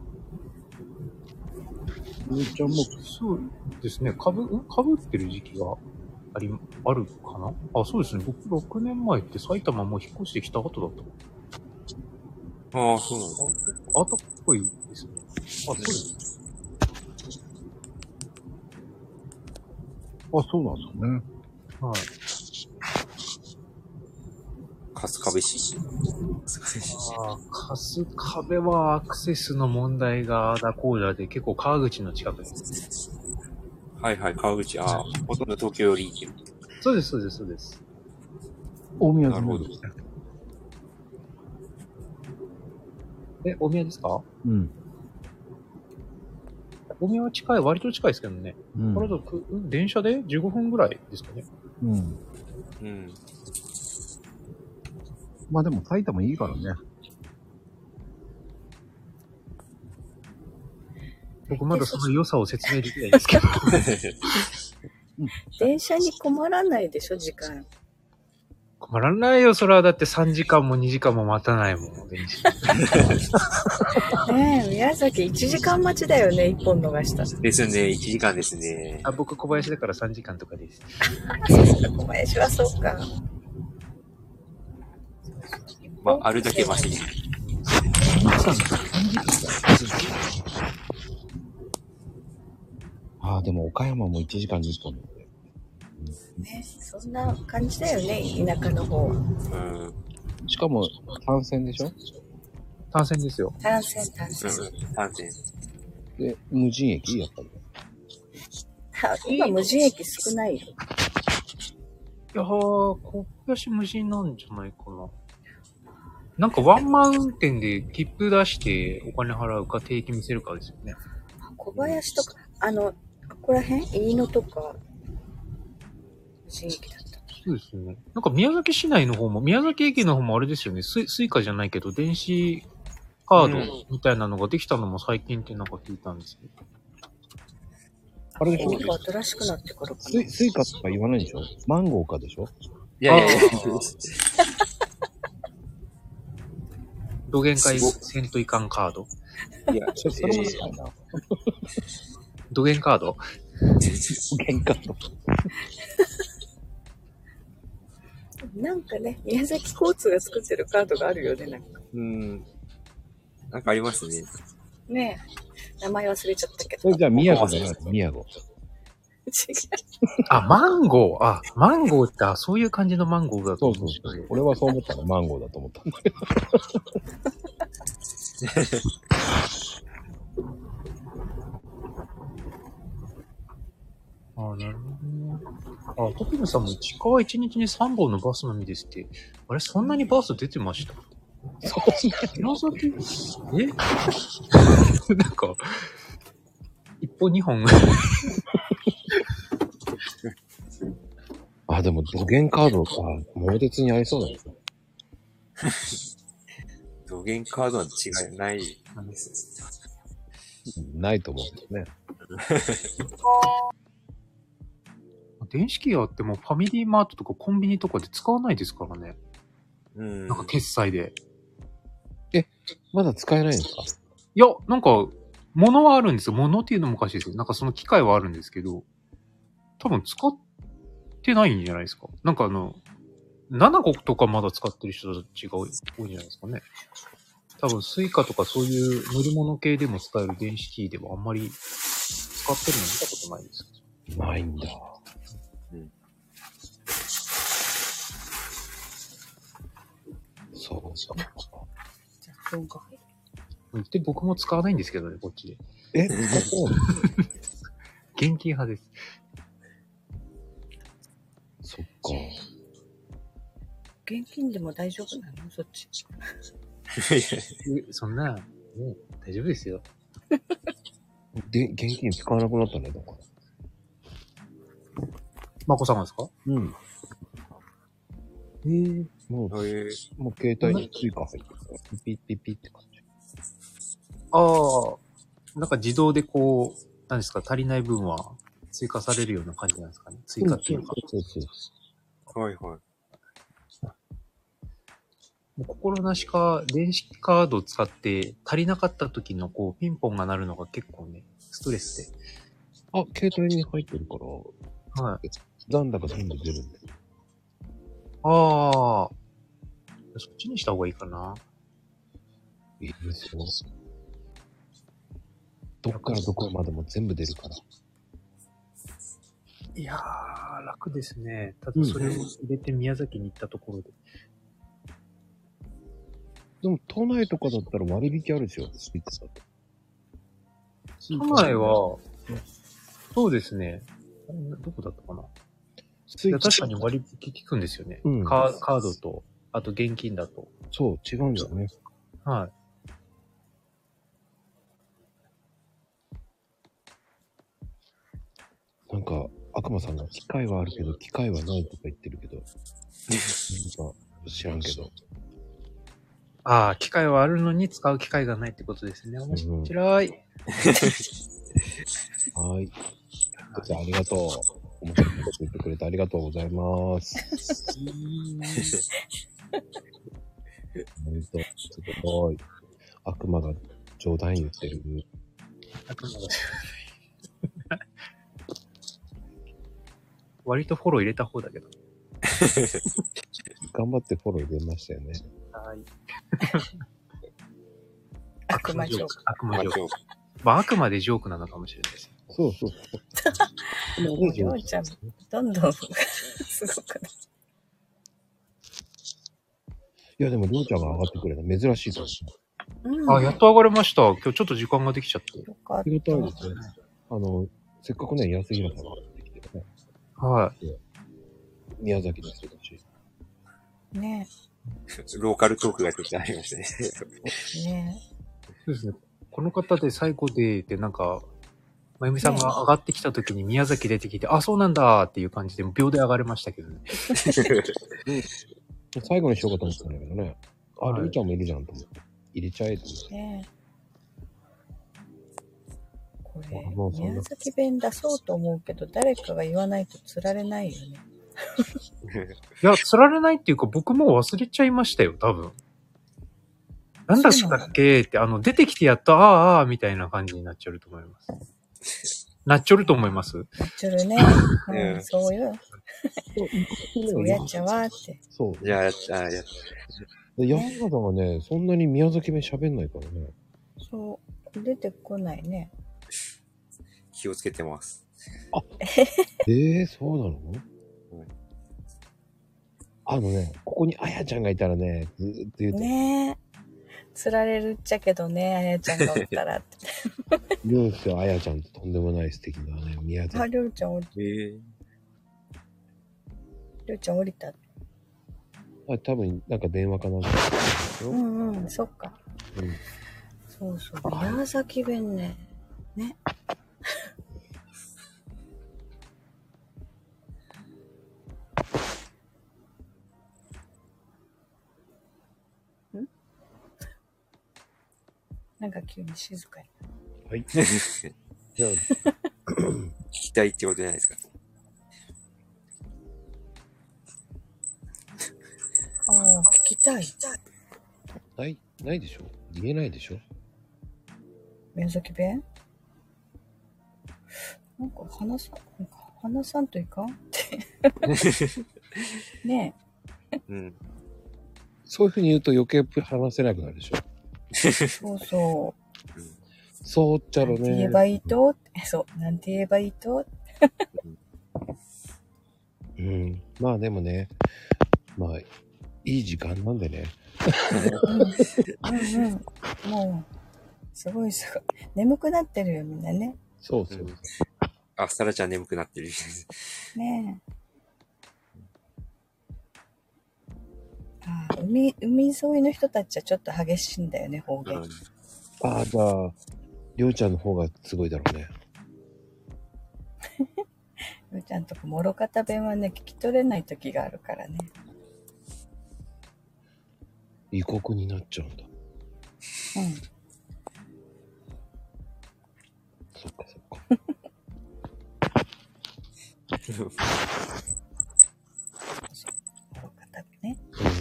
りょうちゃんも、 そうですね、かぶってる時期があるかな？あ、そうですね。僕6年前って埼玉もう引っ越してきた後だった。 ああ、そうなんだ。 あとっぽいですね。あ、そうです。 あ、そうなんだね。 はい。 春日部市。 春日部はアクセスの問題がだこうだで結構川口の近くです。 はいはい、川口。ああ、ほとんど東京より行ける。 そうです、そうです、そうです。 大宮なるほど。 大宮ですか？ うん。 大宮は割と近いですけどね。 うん。 これだと電車で15分ぐらいですかね。 うん。 うん。 まあでも埼玉いいからね。 僕まだその良さを説明できないですけど。 電車に困らないでしょ、時間。 困らないよ、それはだって3時間も2時間も待たないもん、電車。 ねえ、宮崎1時間待ちだよね、1本逃した。 ですね、1時間ですね。 あ、僕小林だから3時間とかです。 小林はそうか。 まあ、あるだけマシに。 ああ、でも岡山も1時間10分。 ね、そんな感じだよね、田舎の方は。 しかも単線でしょ？ 単線ですよ。 単線。 単線。 で、無人駅やっぱり。 今無人駅少ないよ。 いやー、小林無人なんじゃないかな。なんかワンマン運転で切符出してお金払うか定期見せるかですよね。 小林とか、ここら辺飯野とか、無人駅だった。 そうですね。なんか宮崎市内の方も、宮崎駅の方もあれですよね。スイカじゃないけど、電子カードみたいなのができたのも最近ってなんか聞いたんですけど。 あれでしょ？ 新しくなってからかな。 スイカとか言わないでしょ？マンゴーかでしょ？ いや。 土限界せんといかんカード。 いや、それもないな。 土限カード？ 土限カード。 なんかね、宮崎交通が作ってるカードがあるよね、なんか。 なんかありますね。 ねえ。名前忘れちゃったけど。 それじゃあ、宮古じゃないの？宮古。 違う。 あ、マンゴー。あ、マンゴーって、そういう感じのマンゴーだと。 そう。俺はそう思ったらマンゴーだと思ったんだけど。 あ、なるほどね。トピムさんも市川1日に3本のバスのみですって。あれ、そんなにバス出てました？宮崎なんか、1本2本。 あ、でも土源カードか、猛烈にありそうだね。 土源カードは違いないです。 ないと思うんだよね。 電子機あってもファミリーマートとかコンビニとかで使わないですからね。なんか決済で。 まだ使えないんですか？ いや、なんか、物はあるんですよ。物っていうのもおかしいですけど、なんかその機械はあるんですけど、多分使ってないんじゃないですか。なんか7個とかまだ使ってる人たちが多いんじゃないですかね。多分スイカとかそういう乗り物系でも使える電子キーではあんまり使ってるの見たことないですけど。 ないんだ。そうそう。 じゃあ、そうか。 で、僕も使わないんですけどね、こっちで。 使ってない現金派です。 そっか。 現金でも大丈夫なの？そっち。 そんな、もう大丈夫ですよ。 で、現金使わなくなったね、だから。 まこさんがですか？ もう携帯に追加入ってるから、ピッピッピッって感じ。 なんか自動でこう、何ですか、足りない分は追加されるような感じなんですかね。追加っていうか。 はい。もう心なしか電子カードを使って足りなかった時のこうピンポンが鳴るのが結構ね、ストレスで。 携帯に入ってるから、 はい。 残高全部出るんだよ。 そっちにした方がいいかな。 いいですよ。どっからどこまでも全部出るから。 いやー、楽ですね。ただそれを入れて宮崎に行ったところで。 でも都内とかだったら割引あるでしょ、スイカだと。 都内は、そうですね。どこだったかな。いや、確かに割引効くんですよね。カードと、あと現金だと。 そう、違うんだよね。 はい。 なんか、悪魔さんが機械はあるけど、機械はないとか言ってるけど、なんか知らんけど。 機械はあるのに使う機会がないってことですね。面白い。 はい。じゃあ、ありがとう。 面白いこと言ってくれてありがとうございます。ほんと、すごい。悪魔が冗談言ってる。 悪魔が割とフォロー入れた方だけど。 頑張ってフォロー入れましたよね。 はい。 悪魔ジョーク。 悪魔ジョーク。まあ、あくまでジョークなのかもしれないです。 そうそう。 もうりょうちゃん、どんどん、すごくない。 いや、でもりょうちゃんが上がってくれたの珍しいから。 うん、 あ、やっと上がれました。今日ちょっと時間ができちゃって。 よかった。 ありがたいですね。せっかくね、安平さんが上がってきてね。 はい。 宮崎の人だし。 ねローカルトークがちょっとありましたね。 ねそうですね。この方で最後で、なんか、まゆみさんが上がってきた時に宮崎出てきて、あ、そうなんだっていう感じで秒で上がれましたけどね。 最後にしようかと思ったんだけどね。あ、りょうちゃんもいるじゃんと思って。入れちゃえと思って。 ねこれ、宮崎弁出そうと思うけど、誰かが言わないと釣られないよね。 いや、釣られないっていうか、僕もう忘れちゃいましたよ、多分。なんだったっけって、出てきてやっと、ああ、みたいな感じになっちゃうと思います。なっちゃうと思います。 なっちゃうね。うん、そうよ。そうやっちゃわーって。 そう。 じゃあ、 安原さんがね、そんなに宮崎弁喋んないからね。 そう。出てこないね。 気をつけてます。 あ、そうなの？ここにあやちゃんがいたらね、ずーっと言うと。 ねえ。釣られるっちゃけどね、あやちゃんがおったらって。 りょうちゃん、あやちゃんととんでもない素敵なね、宮崎。 あ、りょうちゃん降りた。りょうちゃん降りた。 多分、なんか電話かなんか。 うんうん、そっか。 うん。 そうそう、宮崎弁ね。ね。なんか急に静かに。 はい。じゃあ、 聞きたいってことじゃないですか。 ああ、聞きたい。 ないでしょ？言えないでしょ？ 宮崎弁？なんか話さんといかんってねえ。うん。 そういうふうに言うと余計話せなくなるでしょ？ そうそう。 そうっちゃろね。 なんて言えばいいと？そう。なんて言えばいいと？ うん。まあでもね、まあ、いい時間なんでね。 うんうん。もう、すごい。眠くなってるよ、みんなね。 そうそう。 あ、サラちゃん眠くなってる。 ねえ。海沿いの人たちはちょっと激しいんだよね、方言。 ああ、じゃあ、りょうちゃんの方がすごいだろうね。 りょうちゃんとか諸方弁はね、聞き取れない時があるからね。 異国になっちゃうんだ。 うん。 そっかそっか。 ね。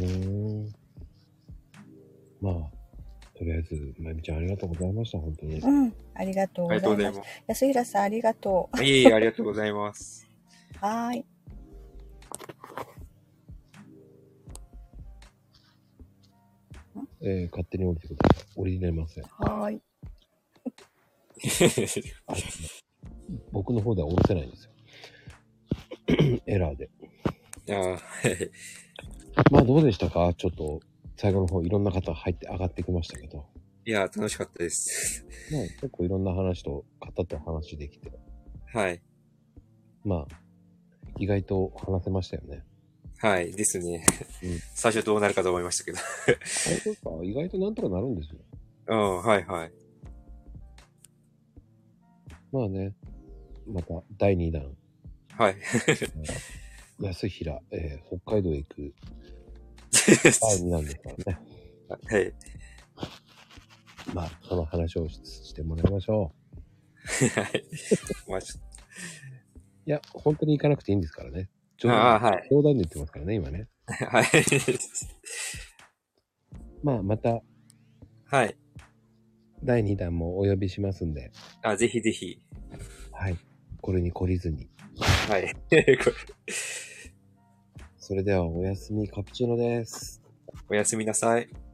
まあ、とりあえず、まゆみちゃんありがとうございました、本当に。 うん、ありがとうございます。安平さんありがとう。 いえいえ、ありがとうございます。 はーい。 勝手に降りてください。降りれません。 はーい。 僕の方では降ろせないんですよ。エラーで。まあどうでしたか？ちょっと最後の方いろんな方入って上がってきましたけど。 いや、楽しかったです。 まあ結構いろんな話と方と話できて。 はい。 まあ、意外と話せましたよね。 はい、ですね。 うん、 最初どうなるかと思いましたけど。 そうか、意外となんとかなるんですよ。 うん、はいはい。 まあね、また第2弾。 はい。 安平、北海道へ行く第2弾ですからね。 はい。 まあ、その話をしてもらいましょう。はい。まあちょっといや、本当に行かなくていいんですからね。 はい。 冗談で言ってますからね、今ね。 はい。 まあ、また。 はい。 第2弾もお呼びしますんで。 ぜひぜひ。 はい。これに懲りずに。 はい。 それではおやすみカプチーノです。 おやすみなさい。